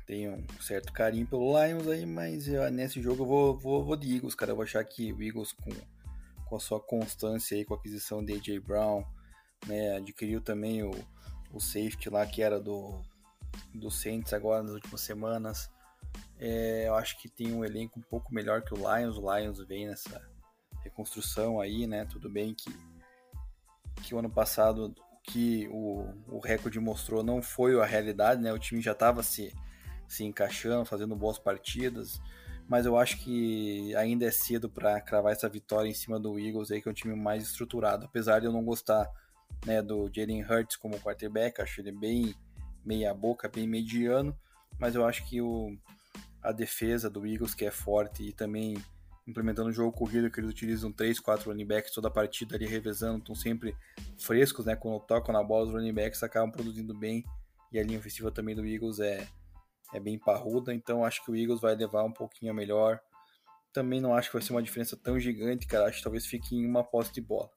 tenho um certo carinho pelo Lions aí, mas eu, nesse jogo eu vou, vou, vou de Eagles, cara. Eu vou achar que o Eagles, com, com a sua constância aí, com a aquisição de A J Brown, né, adquiriu também o, o safety lá que era do, do Saints agora nas últimas semanas. É, eu acho que tem um elenco um pouco melhor que o Lions. O Lions vem nessa reconstrução aí, né? Tudo bem que, que o ano passado que o, o recorde mostrou não foi a realidade, né? O time já estava se, se encaixando, fazendo boas partidas, mas eu acho que ainda é cedo para cravar essa vitória em cima do Eagles, aí, que é um time mais estruturado. Apesar de eu não gostar, né, do Jalen Hurts como quarterback, acho ele bem meia boca, bem mediano, mas eu acho que o, a defesa do Eagles, que é forte, e também implementando o jogo corrido, que eles utilizam três, quatro running backs toda a partida ali revezando, estão sempre frescos, né? Quando tocam na bola, os running backs acabam produzindo bem, e a linha ofensiva também do Eagles é, é bem parruda, então acho que o Eagles vai levar um pouquinho a melhor. Também não acho que vai ser uma diferença tão gigante, cara, acho que talvez fique em uma posse de bola.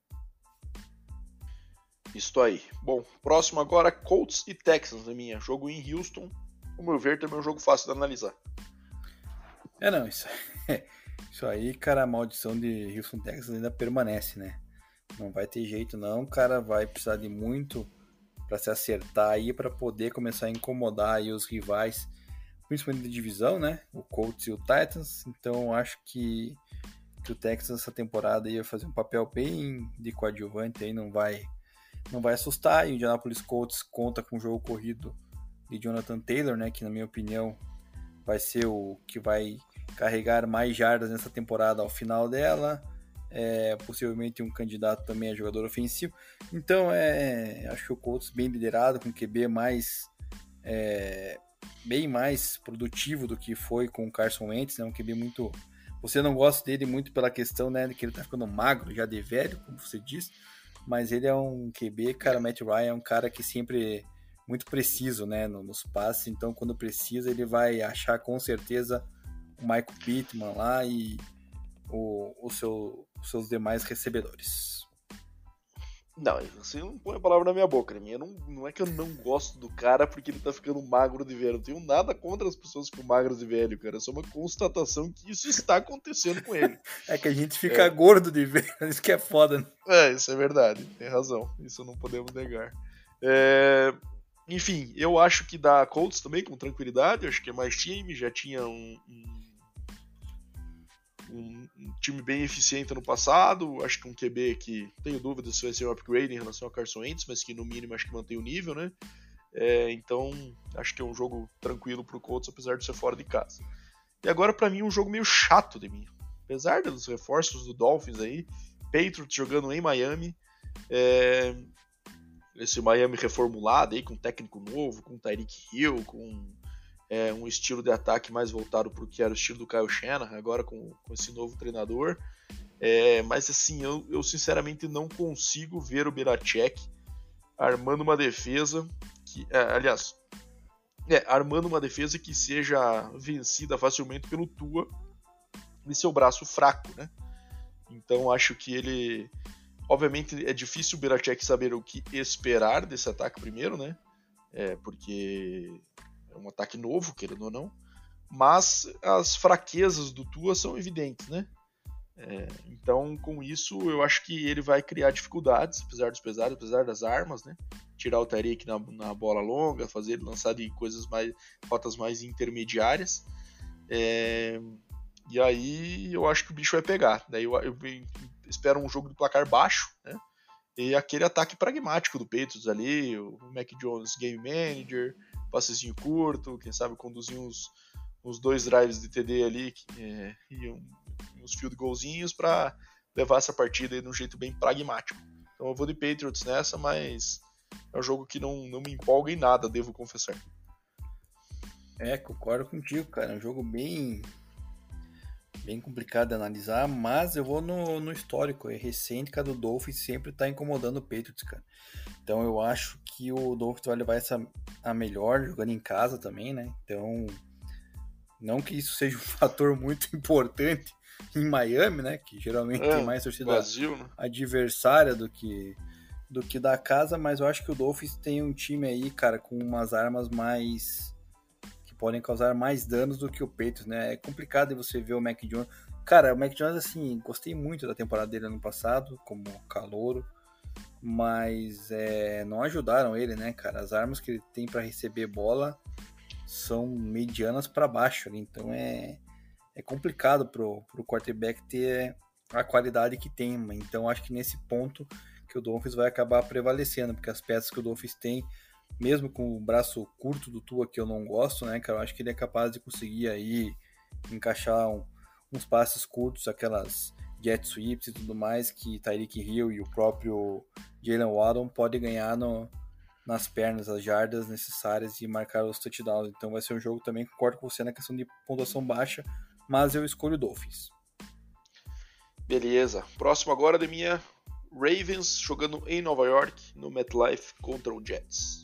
Isso aí. Bom, próximo agora, Colts e Texans, a minha. Jogo em Houston, ao meu ver, também é um jogo fácil de analisar. É, não, isso é... Isso aí, cara, a maldição de Houston Texans ainda permanece, né? Não vai ter jeito não, cara, vai precisar de muito para se acertar aí, para poder começar a incomodar aí os rivais, principalmente de divisão, né? O Colts e o Titans. Então acho que, que o Texans essa temporada aí vai fazer um papel bem de coadjuvante aí, não vai, não vai assustar. E o Indianapolis Colts conta com o jogo corrido de Jonathan Taylor, né? Que na minha opinião vai ser o que vai carregar mais jardas nessa temporada ao final dela, é, possivelmente um candidato também a jogador ofensivo. Então é, acho que o Colts bem liderado, com Q B mais é, bem mais produtivo do que foi com o Carson Wentz, né? Um Q B muito, você não gosta dele muito pela questão, né, de que ele tá ficando magro já de velho, como você disse, mas ele é um Q B, cara. Matt Ryan é um cara que sempre muito preciso, né, nos passes, então quando precisa ele vai achar com certeza o Michael Pittman lá e o, o seu, os seus demais recebedores. Não, você não põe a palavra na minha boca, né? Não, não é que eu não gosto do cara porque ele tá ficando magro de velho. Eu não tenho nada contra as pessoas que ficam magras de velho, cara. É só uma constatação que isso está acontecendo com ele. É que a gente fica é. gordo de velho, isso que é foda, né? É, isso é verdade, tem razão. Isso não podemos negar. É... Enfim, eu acho que dá Colts também com tranquilidade. Eu acho que é mais time, já tinha um... um... Um, um time bem eficiente no passado, acho que um Q B que tenho dúvidas se vai ser um upgrade em relação ao Carson Wentz, mas que no mínimo acho que mantém o nível, né? É, então acho que é um jogo tranquilo pro Colts, apesar de ser fora de casa. E agora para mim um jogo meio chato de mim, apesar dos reforços do Dolphins aí, Patriots jogando em Miami, é, esse Miami reformulado aí com técnico novo, com Tyreek Hill, com É um estilo de ataque mais voltado para o que era o estilo do Kyle Shanahan, agora com, com esse novo treinador. É, mas assim, eu, eu sinceramente não consigo ver o Belichick armando uma defesa que, é, aliás, é, armando uma defesa que seja vencida facilmente pelo Tua e seu braço fraco, né? Então acho que ele, obviamente é difícil o Belichick saber o que esperar desse ataque primeiro, né? É, porque é um ataque novo, querendo ou não, mas as fraquezas do Tua são evidentes, né? É, então, com isso, eu acho que ele vai criar dificuldades, apesar dos pesares, apesar das armas, né? Tirar o Tyreek na, na bola longa, fazer ele lançar de coisas mais, rotas mais intermediárias. É, e aí, eu acho que o bicho vai pegar. Daí eu, eu espero um jogo de placar baixo, né? E aquele ataque pragmático do Patriots ali, o Mac Jones Game Manager, passezinho curto, quem sabe conduzir uns, uns dois drives de T D ali é, e um, uns field goalzinhos para levar essa partida aí de um jeito bem pragmático. Então eu vou de Patriots nessa, mas é um jogo que não, não me empolga em nada, devo confessar. É, concordo contigo, cara. É um jogo bem, bem complicado de analisar, mas eu vou no, no histórico. É recente, cara, o Dolphins sempre tá incomodando o Patriots, cara. Então eu acho que o Dolphins vai levar essa a melhor, jogando em casa também, né? Então, não que isso seja um fator muito importante em Miami, né? Que geralmente é, tem mais torcida vazio, né? adversária do que, do que da casa, mas eu acho que o Dolphins tem um time aí, cara, com umas armas mais... que podem causar mais danos do que o Patriots, né? É complicado você ver o Mac Jones. Cara, o Mac Jones, assim, gostei muito da temporada dele ano passado, como calouro, mas é, não ajudaram ele, né, cara? As armas que ele tem para receber bola são medianas para baixo, né? Então é, é complicado pro, pro quarterback ter a qualidade que tem. Então acho que nesse ponto que o Dolphins vai acabar prevalecendo, porque as peças que o Dolphins tem, mesmo com o braço curto do Tua, que eu não gosto, né, cara, eu acho que ele é capaz de conseguir aí encaixar um, uns passes curtos, aquelas jet sweeps e tudo mais, que Tyreek Hill e o próprio Jalen Waddle podem ganhar no, nas pernas, as jardas necessárias e marcar os touchdowns. Então vai ser um jogo também, concordo com você na questão de pontuação baixa, mas eu escolho o Dolphins. Beleza. Próximo agora da minha Ravens jogando em Nova York, no MetLife, contra o Jets.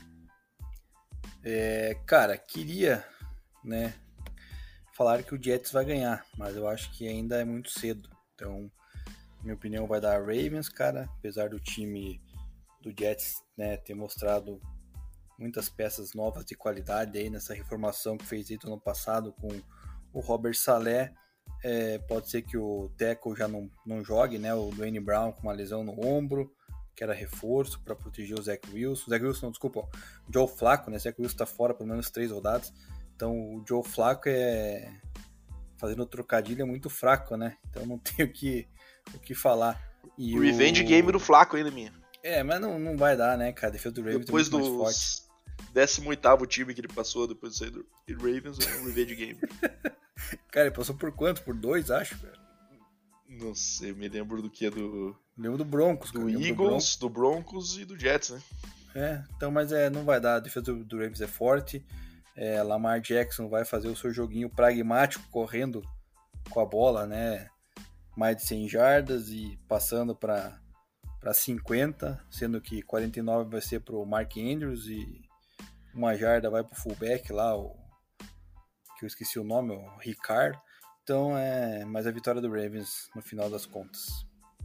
É, cara, queria, né, falar que o Jets vai ganhar, mas eu acho que ainda é muito cedo. Então, minha opinião vai dar Ravens, cara, apesar do time do Jets, né, ter mostrado muitas peças novas de qualidade aí nessa reformação que fez aí do ano passado com o Robert Saleh. É, pode ser que o tackle já não, não jogue, né? O Duane Brown com uma lesão no ombro, que era reforço para proteger o Zach Wilson. Zach Wilson, não, desculpa, o Joe Flacco, né? O Zach Wilson tá fora pelo menos três rodadas. Então o Joe Flacco é, fazendo trocadilho, é muito fraco, né? Então não tenho o que, o que falar. E o Revenge o... Game do Flacco ainda, minha. É, mas não, não vai dar, né, cara? A defesa do Ravens depois é muito do mais forte. décimo oitavo time que ele passou depois de sair do Ravens, é um Revenge Game. Cara, ele passou por quanto? Por dois, acho, cara. Não sei, me lembro do que? Do. Lembro do Broncos, Do cara. Eagles, do, Bron... do Broncos e do Jets, né? É, então, mas é, não vai dar. A defesa do, do Ravens é forte. É, Lamar Jackson vai fazer o seu joguinho pragmático, correndo com a bola, né? Mais de cem jardas e passando para cinquenta, sendo que quarenta e nove vai ser para o Mark Andrews e uma jarda vai para o fullback lá, o que eu esqueci o nome, o Ricard. Então é mais a vitória do Ravens no final das contas.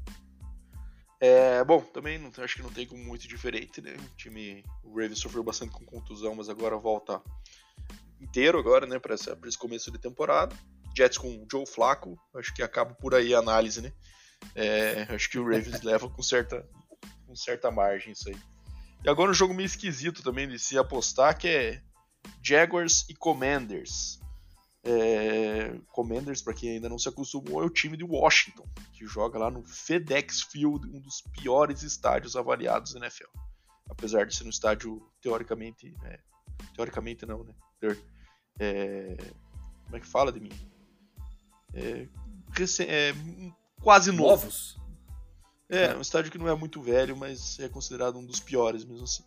É, bom, também não, acho que não tem como muito diferente, né? O time, o Ravens sofreu bastante com contusão, mas agora volta inteiro agora, né, para esse começo de temporada. Jets com o Joe Flacco, acho que acaba por aí a análise, né? É, acho que o Ravens leva com certa, com certa margem isso aí. E agora um jogo meio esquisito também de se apostar, que é Jaguars e Commanders. É, Commanders, para quem ainda não se acostumou, é o time de Washington, que joga lá no FedEx Field, um dos piores estádios avaliados da N F L. Apesar de ser um estádio teoricamente, é, teoricamente não, né? É, como é que fala de mim? É, é, quase novo. Novos? É, um estádio que não é muito velho, mas é considerado um dos piores mesmo assim.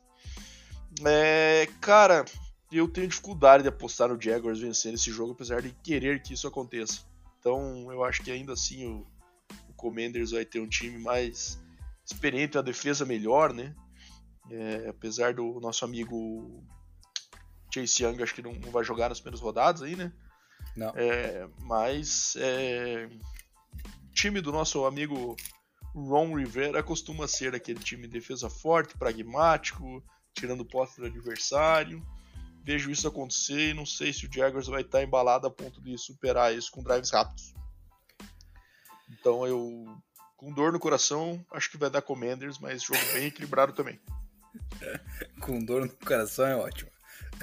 É, cara, eu tenho dificuldade de apostar no Jaguars vencendo esse jogo, apesar de querer que isso aconteça. Então eu acho que ainda assim o, o Commanders vai ter um time mais experiente, a defesa melhor, né? É, apesar do nosso amigo Chase Young, acho que não, não vai jogar nas primeiras rodadas aí, né? Não. É, mas é, o time do nosso amigo Ron Rivera costuma ser aquele time de defesa forte, pragmático, tirando posse do adversário. Vejo isso acontecer e não sei se o Jaguars vai estar embalado a ponto de superar isso com drives rápidos. Então eu, com dor no coração, acho que vai dar Commanders, mas jogo bem equilibrado também. Com dor no coração é ótimo.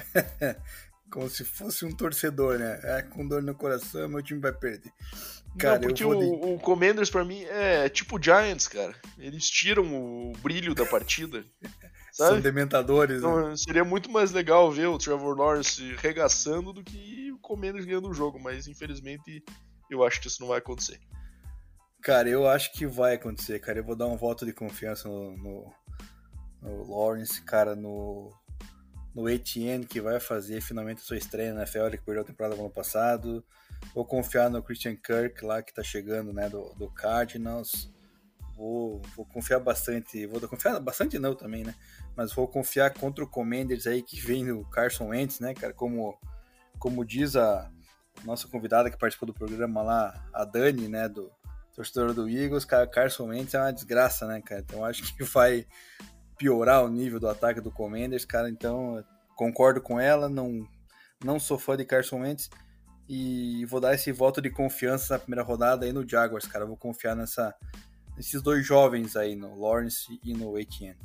Como se fosse um torcedor, né? É, com dor no coração, meu time vai perder. Cara, não, porque o, de... o Commanders pra mim é tipo Giants, cara. Eles tiram o brilho da partida. Sabe? São dementadores, então, né? Seria muito mais legal ver o Trevor Lawrence regaçando do que o Commanders ganhando o jogo, mas infelizmente eu acho que isso não vai acontecer. Cara, eu acho que vai acontecer, cara. Eu vou dar um voto de confiança no, no, no Lawrence, cara, no, no Etienne, que vai fazer finalmente a sua estreia na N F L, que perdeu a temporada do ano passado. Vou confiar no Christian Kirk lá, que tá chegando, né, do, do Cardinals. Vou, vou confiar bastante, vou confiar bastante não também, né? Mas vou confiar contra o Commanders aí que vem no Carson Wentz, né, cara? Como, como diz a nossa convidada que participou do programa lá, a Dani, né, do torcedor do Eagles, cara, Carson Wentz é uma desgraça, né, cara? Então acho que vai piorar o nível do ataque do Commanders, cara. Então concordo com ela, não não sou fã de Carson Wentz e vou dar esse voto de confiança na primeira rodada aí no Jaguars, cara. Eu vou confiar nessa, nesses dois jovens aí, no Lawrence e no Etienne.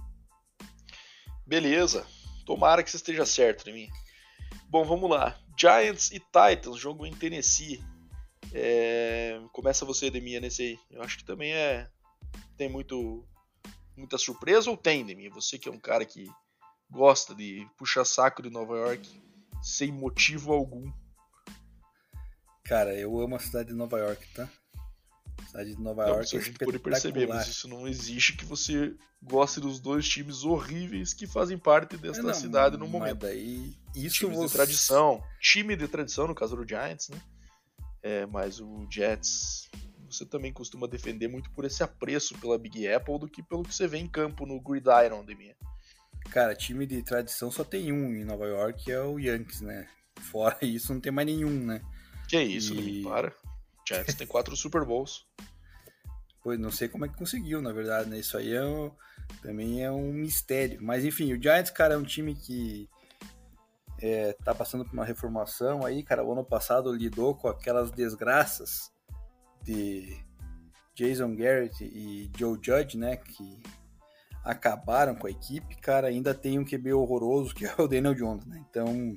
Beleza. Tomara que você esteja certo em mim. Bom, vamos lá. Giants e Titans, jogo em Tennessee. É... Começa você, Deminha, nesse aí. Eu acho que também é... Tem muito... muita surpresa ou tem, Deminha? Você que é um cara que gosta de puxar saco de Nova York sem motivo algum. Cara, eu amo a cidade de Nova York, tá? A cidade de Nova Não, York isso é a gente pode perceber, mas isso não exige que você goste dos dois times horríveis que fazem parte desta não, cidade no mas momento. Daí, isso Times você... de tradição. Time de tradição, no caso do Giants, né? É, mas o Jets, você também costuma defender muito por esse apreço pela Big Apple do que pelo que você vê em campo no Gridiron, de minha. Cara, time de tradição só tem um em Nova York, que é o Yankees, né? Fora isso, não tem mais nenhum, né? Que isso, E... Deminha, para. Giants tem quatro Super Bowls. Pois não sei como é que conseguiu, na verdade, né? Isso aí é um, também é um mistério. Mas enfim, o Giants, cara, é um time que é, tá passando por uma reformação aí, cara. O ano passado lidou com aquelas desgraças de Jason Garrett e Joe Judge, né? Que acabaram com a equipe, cara. Ainda tem um Q B horroroso, que é o Daniel Jones, né? Então,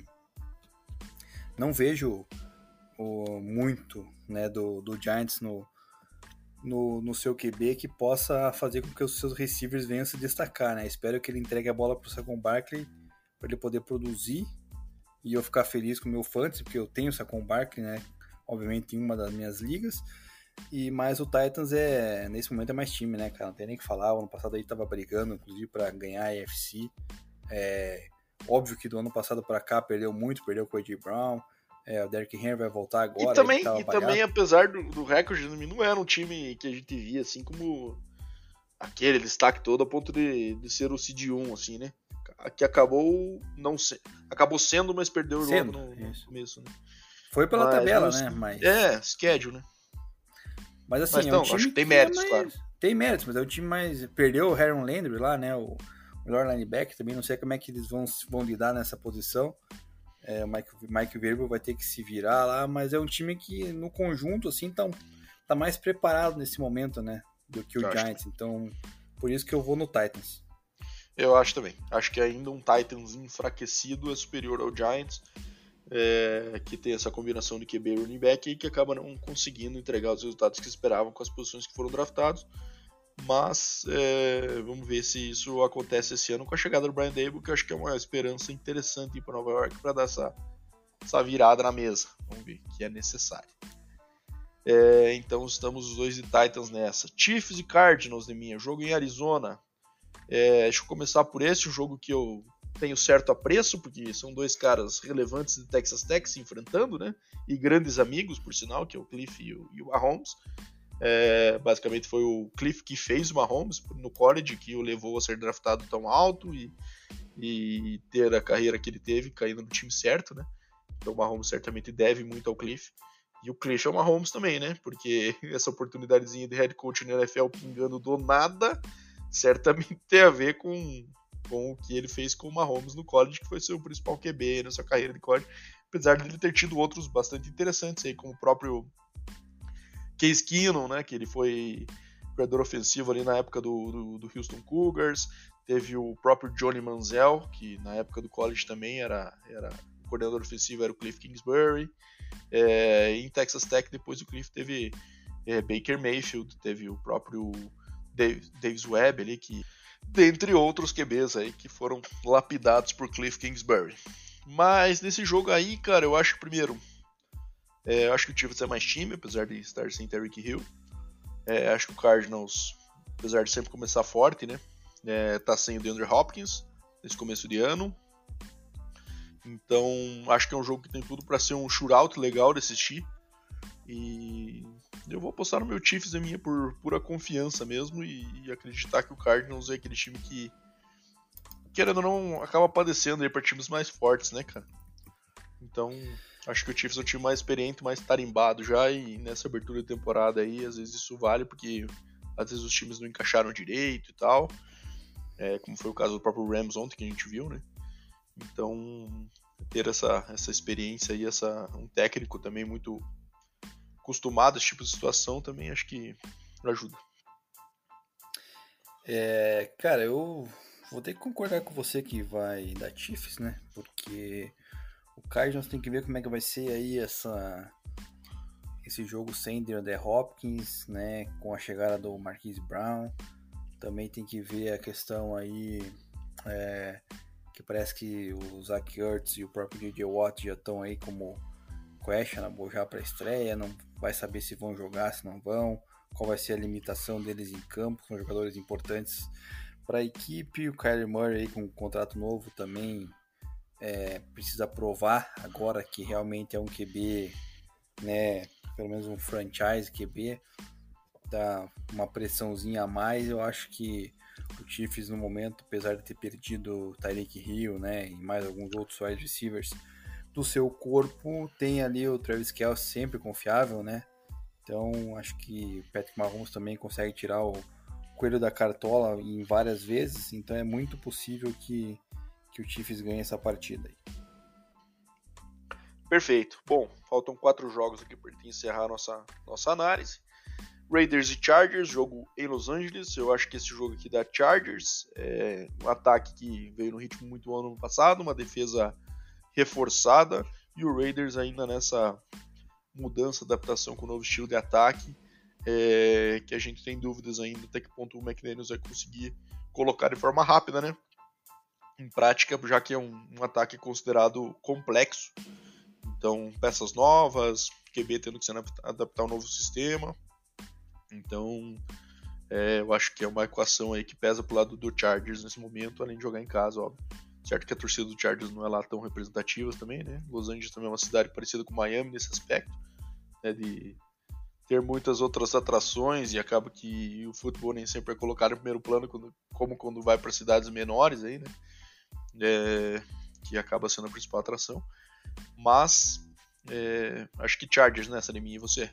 não vejo o, muito, né, do, do Giants no... No, no seu Q B que possa fazer com que os seus receivers venham se destacar, né? Espero que ele entregue a bola para o Saquon Barkley para ele poder produzir e eu ficar feliz com o meu fantasy, porque eu tenho o Saquon Barkley, né? Obviamente em uma das minhas ligas. E mais o Titans é nesse momento é mais time, né, cara? Não tem nem o que falar. O ano passado aí tava brigando, inclusive, para ganhar a A F C. É óbvio que do ano passado para cá perdeu muito, perdeu com o A J Brown. É, o Derrick Henry vai voltar agora. E também, e também apesar do, do recorde, não era um time que a gente via assim como aquele destaque todo a ponto de, de ser o seed um, assim, né? Que acabou não se, acabou sendo, mas perdeu sendo, logo no, no começo, né? Foi pela mas, tabela, mas, né? Mas... É, schedule, né? Mas assim, mas, é não, um time acho que tem que méritos, é mais... claro. Tem méritos, mas é o time mais... Perdeu o Aaron Landry lá, né? O melhor linebacker, também não sei como é que eles vão, vão lidar nessa posição. É, o Mike, Mike Vrabel vai ter que se virar lá, mas é um time que no conjunto assim tá, tá mais preparado nesse momento, né, do que o eu Giants, que... então por isso que eu vou no Titans. Eu acho também, acho que ainda um Titans enfraquecido é superior ao Giants, é, que tem essa combinação de Q B e running back e que acaba não conseguindo entregar os resultados que esperavam com as posições que foram draftados. Mas é, vamos ver se isso acontece esse ano com a chegada do Brian Daboll, que eu acho que é uma esperança interessante para Nova York para dar essa, essa virada na mesa. Vamos ver, que é necessário. É, então estamos os dois de Titans nessa. Chiefs e Cardinals, de minha, jogo em Arizona. É, deixa eu começar por esse, um jogo que eu tenho certo apreço, porque são dois caras relevantes de Texas Tech se enfrentando, né? E grandes amigos, por sinal, que é o Cliff e o, e o Mahomes. É, basicamente foi o Cliff que fez o Mahomes no college, que o levou a ser draftado tão alto e, e ter a carreira que ele teve, caindo no time certo, né? Então o Mahomes certamente deve muito ao Cliff. E o Cliff é o Mahomes também, né? Porque essa oportunidadezinha de head coach na N F L pingando do nada certamente tem a ver com, com o que ele fez com o Mahomes no college, que foi seu principal Q B na sua carreira de college, apesar de ele ter tido outros bastante interessantes aí, como o próprio Case Keenum, né, que ele foi jogador ofensivo ali na época do, do, do Houston Cougars. Teve o próprio Johnny Manziel, que na época do college também era, era o coordenador ofensivo, era o Cliff Kingsbury. É, em Texas Tech, depois o Cliff teve é, Baker Mayfield, teve o próprio Dave, Davis Webb ali, que, dentre outros Q Bs aí que foram lapidados por Cliff Kingsbury. Mas nesse jogo aí, cara, eu acho que primeiro É, acho que o Chiefs é mais time, apesar de estar sem Tyreek Hill. É, acho que o Cardinals, apesar de sempre começar forte, né, é, tá sem o DeAndre Hopkins nesse começo de ano. Então, acho que é um jogo que tem tudo para ser um shootout legal de assistir. E eu vou apostar no meu Chiefs, a minha, por pura confiança mesmo, e, e acreditar que o Cardinals é aquele time que, querendo ou não, acaba padecendo aí para times mais fortes, né, cara? Então, acho que o Chiefs é o time mais experiente, mais tarimbado já, e nessa abertura de temporada aí, às vezes isso vale, porque às vezes os times não encaixaram direito e tal, é, como foi o caso do próprio Rams ontem, que a gente viu, né? Então, ter essa, essa experiência e essa, um técnico também muito acostumado a esse tipo de situação também acho que ajuda. É, cara, eu vou ter que concordar com você que vai dar Chiefs, né? Porque o Cardinals tem que ver como é que vai ser aí essa, esse jogo sem DeAndre Hopkins, né? Com a chegada do Marquise Brown. Também tem que ver a questão aí é, que parece que o Zach Ertz e o próprio J J Watt já estão aí como questionable já para a estreia, não vai saber se vão jogar, se não vão, qual vai ser a limitação deles em campo, são jogadores importantes para a equipe. O Kyler Murray aí com um contrato novo também é, precisa provar agora que realmente é um Q B, né, pelo menos um franchise Q B, dá uma pressãozinha a mais. Eu acho que o Chiefs no momento, apesar de ter perdido o Tyreek Hill, né, e mais alguns outros wide receivers do seu corpo, tem ali o Travis Kelce sempre confiável, né? Então acho que o Patrick Mahomes também consegue tirar o coelho da cartola em várias vezes, então é muito possível que, que o Chiefs ganhe essa partida aí. Perfeito. Bom, faltam quatro jogos aqui para encerrar nossa, nossa análise. Raiders e Chargers, jogo em Los Angeles. Eu acho que esse jogo aqui da Chargers é um ataque que veio no ritmo muito bom no ano passado, uma defesa reforçada, e o Raiders ainda nessa mudança, adaptação com o novo estilo de ataque, é, que a gente tem dúvidas ainda até que ponto o McDaniels vai conseguir colocar de forma rápida, né, em prática, já que é um, um ataque considerado complexo. Então, peças novas, Q B tendo que se adaptar ao novo sistema. Então, é, eu acho que é uma equação aí que pesa pro lado do Chargers nesse momento, além de jogar em casa, óbvio. Certo que a torcida do Chargers não é lá tão representativa também, né? Los Angeles também é uma cidade parecida com Miami nesse aspecto, né? De ter muitas outras atrações, e acaba que o futebol nem sempre é colocado em primeiro plano, quando, como quando vai para cidades menores aí, né? É, que acaba sendo a principal atração. Mas é, acho que Chargers nessa de mim e você.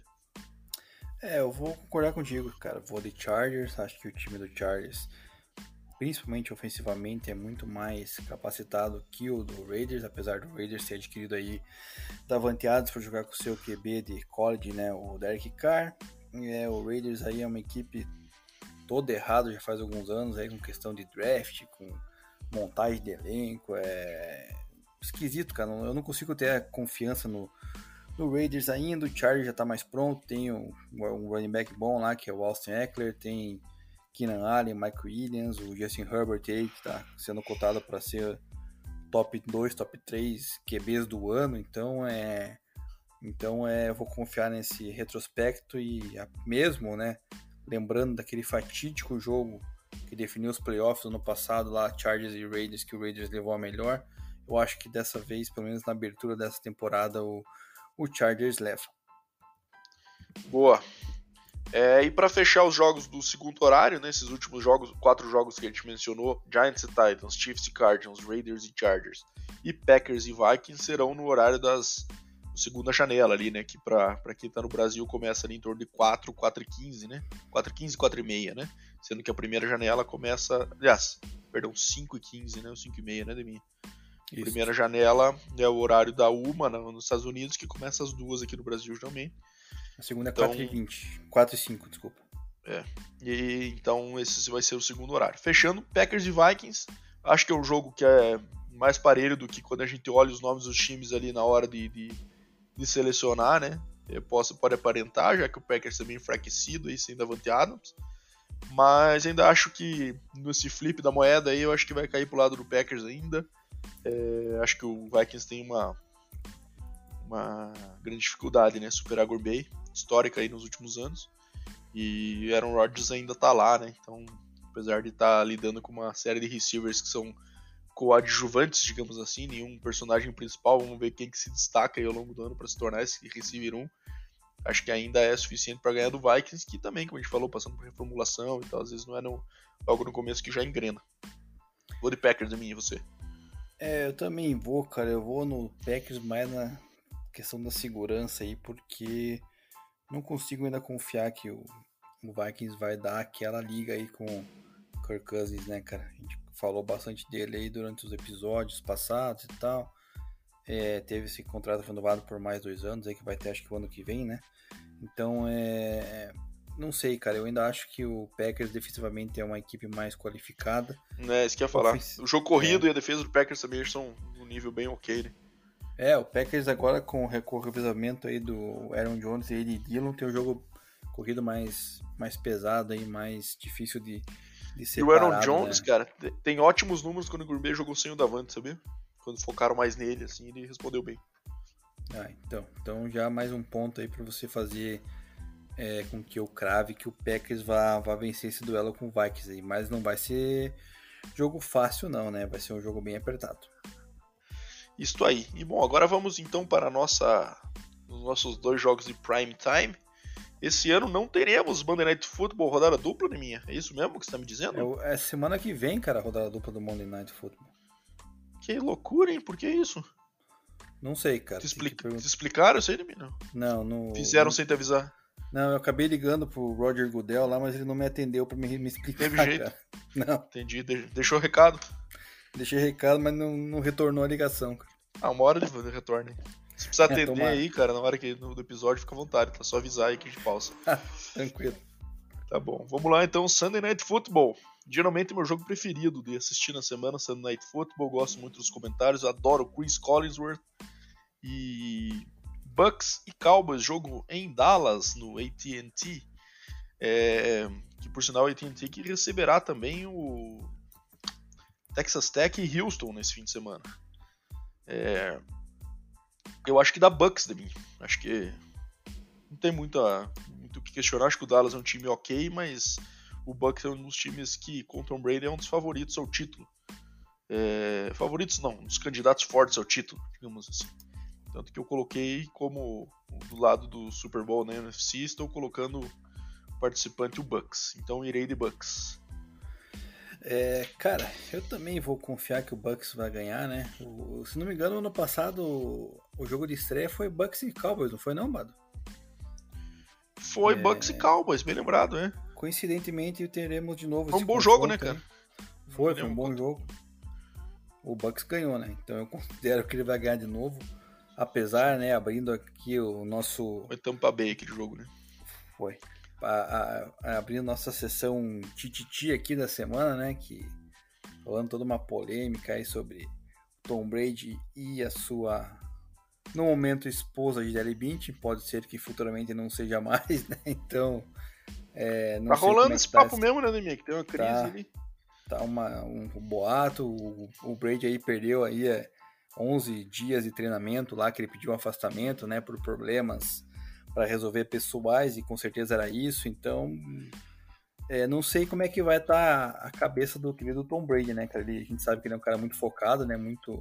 É, eu vou concordar contigo, cara. Vou de Chargers. Acho que o time do Chargers, principalmente ofensivamente, é muito mais capacitado que o do Raiders, apesar do Raiders ter adquirido aí Davante Adams para jogar com o seu Q B de college, né, o Derek Carr. É, o Raiders aí é uma equipe toda errada já faz alguns anos aí com questão de draft, com montagem de elenco, é esquisito, cara. Eu não consigo ter a confiança no No Raiders ainda. O Chargers já está mais pronto, tem um, um running back bom lá, que é o Austin Eckler, tem Keenan Allen, Mike Williams, o Justin Herbert aí, que está sendo cotado para ser top dois, top três Q Bs do ano, então é então é, eu vou confiar nesse retrospecto e mesmo, né, lembrando daquele fatídico jogo que definiu os playoffs do ano passado lá, Chargers e Raiders, que o Raiders levou a melhor, eu acho que dessa vez, pelo menos na abertura dessa temporada, o o Chargers leva. Boa. É, e para fechar os jogos do segundo horário, né, esses últimos jogos, quatro jogos que a gente mencionou, Giants e Titans, Chiefs e Cardinals, Raiders e Chargers, e Packers e Vikings serão no horário das segunda janela ali, né, que para quem tá no Brasil começa ali em torno de quatro, quatro e quinze, né, quatro e quinze, quatro e meia, né, sendo que a primeira janela começa, aliás, perdão, cinco e quinze, né, ou cinco e meia, né, Demi? A primeira janela é o horário da uma nos Estados Unidos, que começa às duas aqui no Brasil também. A segunda é então, quatro e vinte. quatro e cinco, desculpa. É. E, então esse vai ser o segundo horário. Fechando, Packers e Vikings. Acho que é um jogo que é mais parelho do que quando a gente olha os nomes dos times ali na hora de, de, de selecionar, né? Posso, pode aparentar, já que o Packers também é enfraquecido aí, sem Davante Adams. Mas ainda acho que nesse flip da moeda aí, eu acho que vai cair pro lado do Packers ainda. É, acho que o Vikings tem uma, uma grande dificuldade, né? Superar a Green Bay, histórica aí nos últimos anos. E Aaron Rodgers ainda tá lá, né? Então, apesar de estar tá lidando com uma série de receivers que são coadjuvantes, digamos assim, nenhum personagem principal, vamos ver quem que se destaca aí ao longo do ano para se tornar esse receiver um. Acho que ainda é suficiente para ganhar do Vikings, que também, como a gente falou, passando por reformulação e tal, às vezes não é no, logo no começo que já engrena. Vou de Packers a mim e você. É, eu também vou, cara. Eu vou no Packers mais na questão da segurança aí, porque não consigo ainda confiar que o, o Vikings vai dar aquela liga aí com o Kirk Cousins, né, cara? A gente falou bastante dele aí durante os episódios passados e tal. É, teve esse contrato renovado por mais dois anos, aí que vai ter acho que o ano que vem, né? Então, é... não sei, cara. Eu ainda acho que o Packers defensivamente é uma equipe mais qualificada. É, isso que eu ia falar. Ofici- O jogo corrido é. e a defesa do Packers também são um nível bem ok, né? É, o Packers agora com o revezamento aí do Aaron Jones e ele Dillon tem um jogo corrido mais, mais pesado aí, mais difícil de, de E o separar. Aaron Jones, né? cara, tem ótimos números quando o Green Bay jogou sem o Davante, sabia? Quando focaram mais nele, assim, ele respondeu bem. Ah, então, então já mais um ponto aí pra você fazer é, com que eu crave que o Packers vá, vá vencer esse duelo com o Vikings aí, mas não vai ser jogo fácil não, né? Vai ser um jogo bem apertado. Isto aí. E bom, agora vamos então para a nossa, os nossos dois jogos de prime time. Esse ano não teremos Monday Night Football rodada dupla, né, minha? É isso mesmo que você está me dizendo? É, é semana que vem, cara, a rodada dupla do Monday Night Football. Que loucura, hein? Por que isso? Não sei, cara. Te, tem que explica... pergun- Te explicaram isso aí, né, menino? Não, não. Fizeram não... sem te avisar. Não, eu acabei ligando pro Roger Goodell lá, mas ele não me atendeu pra me, me explicar, Teve jeito. cara. Não, Entendi. De- Deixou o recado. deixei recado, mas não, não retornou a ligação, cara. Ah, uma hora ele retorna. Se precisar É, atender tomara. aí, cara, na hora que no do episódio, fica à vontade, tá? Só avisar aí que a gente pausa. Tranquilo. Tá bom. Vamos lá então, Sunday Night Football. Geralmente é meu jogo preferido de assistir na semana, Sunday Night Football. Gosto muito dos comentários, adoro Chris Collinsworth. E Bucks e Cowboys, jogo em Dallas, no A T and T. É... Que por sinal, o A T and T que receberá também o Texas Tech e Houston nesse fim de semana. É... Eu acho que dá Bucks de mim. Acho que não tem muita, muito o que questionar. Acho que o Dallas é um time ok, mas o Bucks é um dos times que, com o Tom Brady, é um dos favoritos ao título. É... Favoritos não, um dos candidatos fortes ao título, digamos assim. Tanto que eu coloquei como do lado do Super Bowl na N F C, estou colocando o participante o Bucks. Então irei de Bucks. É, cara, eu também vou confiar que o Bucks vai ganhar, né? O, se não me engano, ano passado o jogo de estreia foi Bucks e Cowboys, não foi não, Bado? Foi É... Bucks e Cowboys, bem lembrado, né? Coincidentemente teremos de novo Foi um esse bom jogo, né, confronto, cara? Foi, foi um bom jogo. O Bucks ganhou, né? Então eu considero que ele vai ganhar de novo. Apesar, né, abrindo aqui o nosso... Foi Tampa Bay aquele jogo, né? Foi. A, a, a, abrindo nossa sessão tititi aqui da semana, né, que falando toda uma polêmica aí sobre Tom Brady e a sua, no momento, esposa Gisele Bündchen. Pode ser que futuramente não seja mais, né, então... É, não tá sei rolando como é esse que tá papo esse... mesmo, né, Demi? Que tem uma crise Tá. ali. Tá uma, um, um boato, o, o Brady aí perdeu aí é, onze dias de treinamento lá, que ele pediu um afastamento, né, por problemas para resolver pessoais, e com certeza era isso. Então, é, não sei como é que vai estar tá a cabeça do querido Tom Brady, né, cara? Ele, a gente sabe que ele é um cara muito focado, né, muito,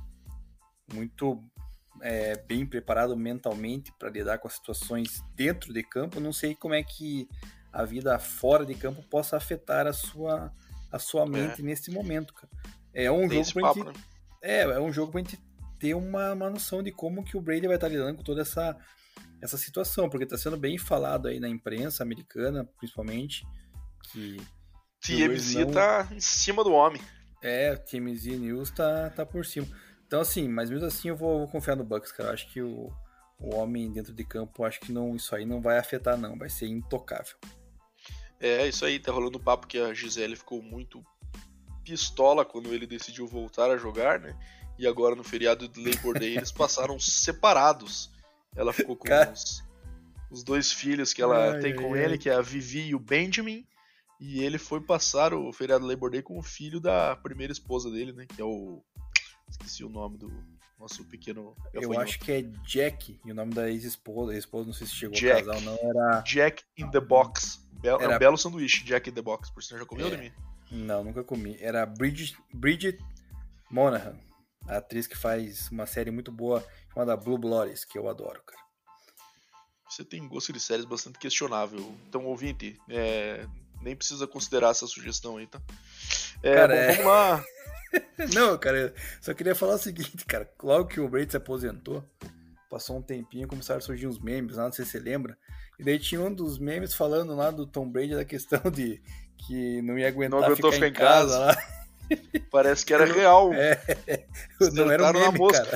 muito é, bem preparado mentalmente para lidar com as situações dentro de campo. Não sei como é que a vida fora de campo possa afetar a sua, a sua mente é. nesse momento, cara. É um Tem jogo pra papo, gente, né? é, é um jogo pra gente ter uma, uma noção de como que o Brady vai estar lidando com toda essa, essa situação, porque está sendo bem falado aí na imprensa americana, principalmente, que T M Z não... tá em cima do homem. É, o T M Z News tá, tá por cima. Então, assim, mas mesmo assim eu vou, vou confiar no Bucks, cara. Eu acho que o, o homem dentro de campo, acho que não, isso aí não vai afetar, não. Vai ser intocável. É, isso aí, tá rolando papo que a Gisele ficou muito pistola quando ele decidiu voltar a jogar, né? E agora no feriado de Labor Day eles passaram separados. Ela ficou com Cara... os, os dois filhos que ela ai, tem com ai, ele, ai. que é a Vivi e o Benjamin. E ele foi passar o feriado de Labor Day com o filho da primeira esposa dele, né? Que é o... Esqueci o nome do nosso pequeno... Eu acho que é Jack, e o nome da ex-esposa, a ex-esposa não sei se chegou Jack. a casar ou não, era... Jack in the Box. Be- Era... É um belo sanduíche, Jack in the Box. Por sinal, já comeu, é... de mim? Não, nunca comi. Era Bridget, Bridget Monahan, a atriz que faz uma série muito boa chamada Blue Bloods, que eu adoro, cara. Você tem gosto de séries bastante questionável. Então, ouvinte, é... nem precisa considerar essa sugestão aí, tá? É, cara, bom, é... vamos lá. Não, cara, eu só queria falar o seguinte, cara. Logo que o Brady se aposentou, passou um tempinho, começaram a surgir uns memes lá, não sei se você lembra. E daí tinha um dos memes falando lá do Tom Brady da questão de que não ia aguentar não ficar, ficar em casa, casa lá. Parece que era real. É, não era um meme, na mosca. cara.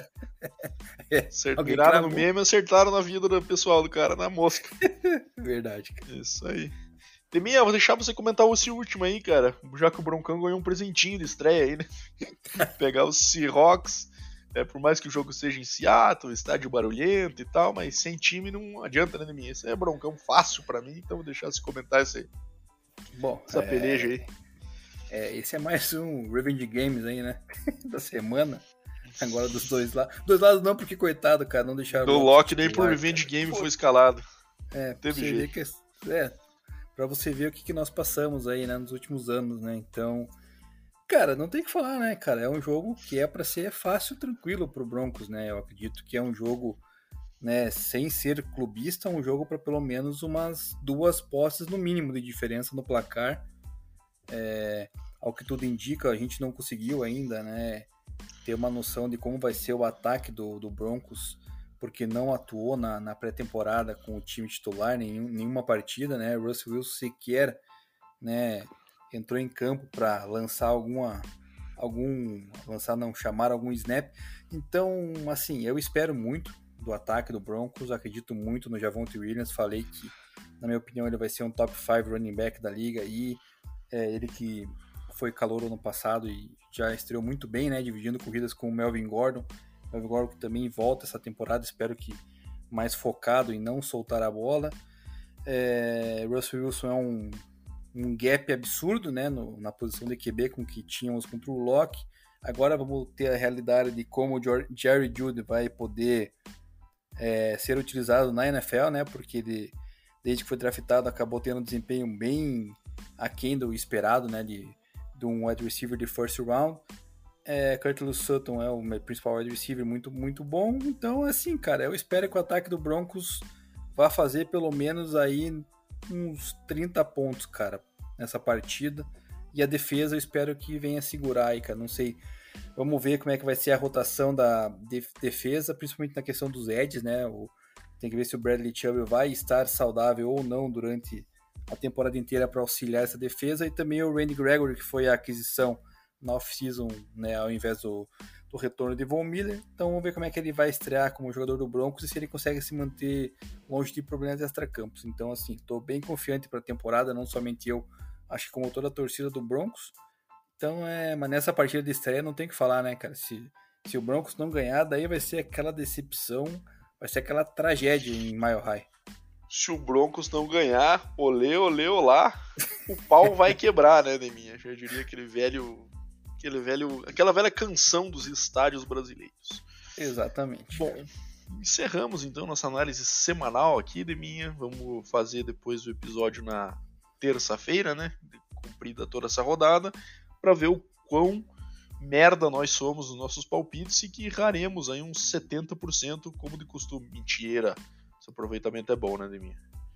É, Viraram no meme e acertaram na vida do pessoal do cara, na mosca. Verdade, cara. Isso aí. Deminha, vou deixar você comentar esse último aí, cara. Já que o Broncão ganhou um presentinho de estreia aí, né? Pegar os Seahawks, é, por mais que o jogo seja em Seattle, estádio barulhento e tal, mas sem time não adianta, né, Deminha? Esse é Broncão fácil pra mim, então vou deixar você comentar isso aí. Bom, essa é... peleja aí. É, esse é mais um Revenge Games aí, né? Da semana. Agora dos dois lados. Dois lados não, porque coitado, cara, não deixaram... Do Loki nem por Revenge Game Pô. foi escalado. É, teve jeito. Que, é, pra você ver o que, que nós passamos aí, né, nos últimos anos, né? Então, cara, não tem o que falar, né, cara? É um jogo que é pra ser fácil, tranquilo pro Broncos, né? Eu acredito que é um jogo, né, sem ser clubista, um jogo pra pelo menos umas duas posses no mínimo de diferença no placar. É, ao que tudo indica, a gente não conseguiu ainda, né, ter uma noção de como vai ser o ataque do, do Broncos, porque não atuou na, na pré-temporada com o time titular em nenhuma partida, né? Russell Wilson sequer, né, entrou em campo para lançar alguma, algum, lançar não, chamar algum snap. Então, assim, eu espero muito do ataque do Broncos, acredito muito no Javonte Williams, falei que, na minha opinião, ele vai ser um top cinco running back da liga e é, ele que foi calouro ano passado e já estreou muito bem, né, dividindo corridas com o Melvin Gordon. Melvin Gordon que também volta essa temporada, espero que mais focado em não soltar a bola. É, Russell Wilson é um, um gap absurdo, né, no, na posição de Q B com que tínhamos contra o Locke. Agora vamos ter a realidade de como o Jerry Jeudy vai poder é, ser utilizado na N F L, né, porque ele, desde que foi draftado, acabou tendo um desempenho bem aquém do esperado, né, de, de um wide receiver de first round. É, Curtis Sutton é o meu principal wide receiver, muito, muito bom. Então, assim, cara, eu espero que o ataque do Broncos vá fazer pelo menos aí uns trinta pontos, cara, nessa partida. E a defesa eu espero que venha segurar aí, cara, não sei. Vamos ver como é que vai ser a rotação da defesa, principalmente na questão dos edges, né? O, tem que ver se o Bradley Chubb vai estar saudável ou não durante a temporada inteira para auxiliar essa defesa. E também o Randy Gregory, que foi a aquisição na off-season, né, ao invés do, do retorno de Von Miller. Então vamos ver como é que ele vai estrear como jogador do Broncos e se ele consegue se manter longe de problemas extracampos. Então, assim, estou bem confiante para a temporada, não somente eu, acho que como toda a torcida do Broncos. Então, é, mas nessa partida de estreia não tem o que falar, né, cara? Se, se o Broncos não ganhar, daí vai ser aquela decepção, vai ser aquela tragédia em Mile High. Se o Broncos não ganhar, olê, olê, olá, o pau vai quebrar, né, Deminha? Já diria aquele velho... Aquele velho, aquela velha canção dos estádios brasileiros. Exatamente. Bom, encerramos então nossa análise semanal aqui, Deminha. Vamos fazer depois o episódio na terça-feira, né? Cumprida toda essa rodada, para ver o quão merda nós somos nos nossos palpites e que erraremos aí uns setenta por cento como de costume. Mentira. Esse aproveitamento é bom, né, Deminha?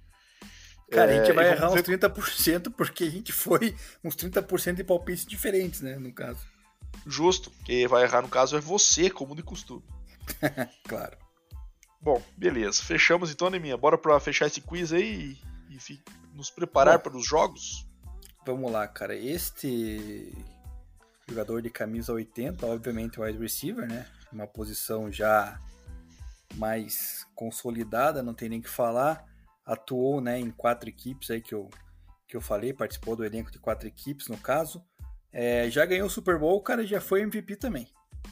Cara, é, a gente vai errar ver... uns trinta por cento porque a gente foi uns trinta por cento de palpites diferentes, né, no caso. Justo. Quem vai errar, no caso, é você, como de costume. Claro. Bom, beleza. Fechamos então, Neminha. Bora pra fechar esse quiz aí e, e nos preparar Bom, para os jogos? Vamos lá, cara. Este jogador de camisa oitenta, obviamente, wide receiver, né? Uma posição já mais consolidada, não tem nem o que falar. Atuou, né, em quatro equipes aí que eu, que eu falei, participou do elenco de quatro equipes, no caso. É, já ganhou o Super Bowl, o cara já foi M V P também.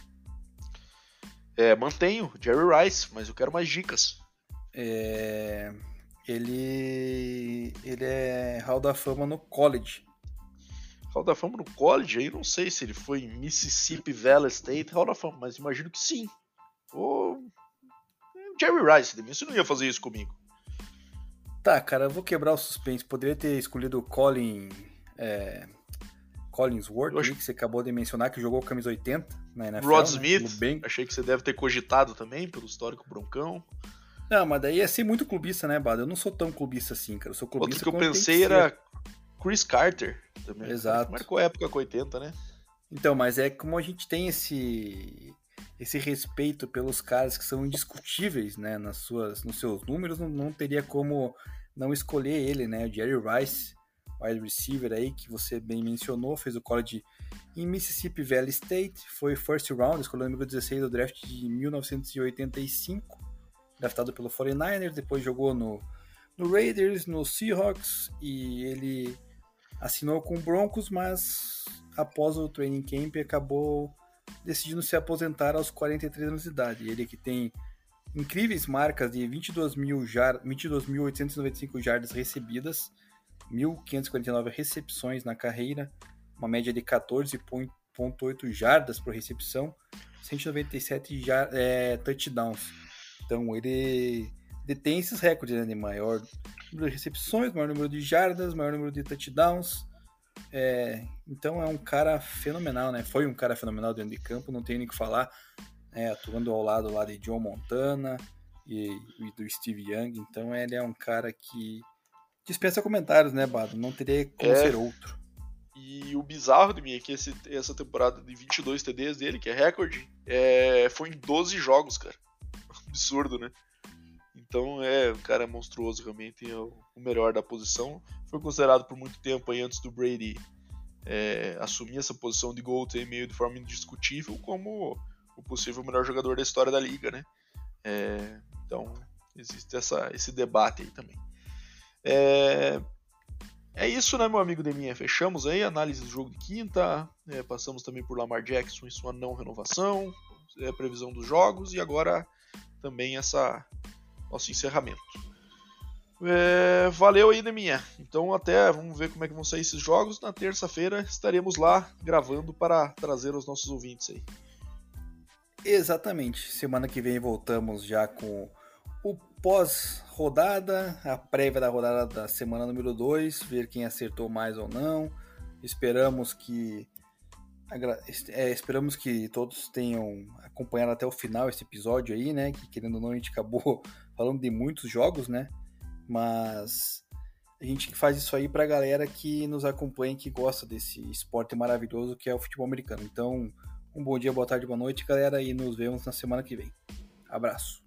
É, mantenho, Jerry Rice, mas eu quero mais dicas. É, ele, ele é Hall da Fama no college. Hall da Fama no college? Aí não sei se ele foi em Mississippi Valley State Hall da Fama, mas imagino que sim. Ou Jerry Rice, você não ia fazer isso comigo. Tá, cara, eu vou quebrar o suspense. Poderia ter escolhido o Colin é, Collinsworth, acho... que você acabou de mencionar, que jogou camisa oitenta na N F L. Rod Smith, né? Achei que você deve ter cogitado também, pelo histórico broncão. Não, mas daí ia ser muito clubista, né, Bado? Eu não sou tão clubista assim, cara. Eu sou clubista. Outro que eu pensei que era Chris Carter também. Exato. Marcou a época com oitenta, né? Então, mas é como a gente tem esse... esse respeito pelos caras que são indiscutíveis, né, nas suas, nos seus números, não, não teria como não escolher ele, né, o Jerry Rice, wide receiver aí, que você bem mencionou, fez o college em Mississippi Valley State, foi first round, escolheu o número dezesseis do draft de mil novecentos e oitenta e cinco, draftado pelo forty-niners, depois jogou no, no Raiders, no Seahawks, e ele assinou com o Broncos, mas após o training camp acabou decidindo se aposentar aos quarenta e três anos de idade. Ele que tem incríveis marcas de vinte e dois mil oitocentos e noventa e cinco jardas recebidas, mil quinhentas e quarenta e nove recepções na carreira, uma média de quatorze vírgula oito jardas por recepção, cento e noventa e sete jar- é, touchdowns. Então ele detém esses recordes, né, de maior número de recepções, maior número de jardas, maior número de touchdowns. É, então é um cara fenomenal, né? Foi um cara fenomenal dentro de campo, não tenho nem o que falar, né? Atuando ao lado lá de Joe Montana e, e do Steve Young. Então ele é um cara que dispensa comentários, né, Bado? Não teria como É, ser outro. E o bizarro de mim é que esse, essa temporada de vinte e dois T Ds dele, que é recorde, é, foi em doze jogos, cara. Absurdo, né? Então é, o cara é monstruoso, realmente é o, o melhor da posição. Foi considerado por muito tempo aí, antes do Brady é, assumir essa posição de GOAT aí, meio de forma indiscutível, como o possível melhor jogador da história da liga, né? É, então existe essa, esse debate aí também. É, é isso, né, meu amigo Deminha? Fechamos aí a análise do jogo de quinta, é, passamos também por Lamar Jackson e sua não renovação, é, previsão dos jogos e agora também essa nosso encerramento. É, valeu aí, Deminha. Então até, vamos ver como é que vão sair esses jogos. Na terça-feira estaremos lá gravando para trazer aos nossos ouvintes aí. Exatamente. Semana que vem voltamos já com o pós-rodada, a prévia da rodada da semana número dois, ver quem acertou mais ou não. Esperamos que é, esperamos que todos tenham acompanhado até o final esse episódio aí, né? Que querendo ou não a gente acabou falando de muitos jogos, né? Mas a gente faz isso aí pra galera que nos acompanha, que gosta desse esporte maravilhoso que é o futebol americano. Então, um bom dia, boa tarde, boa noite, galera, e nos vemos na semana que vem. Abraço.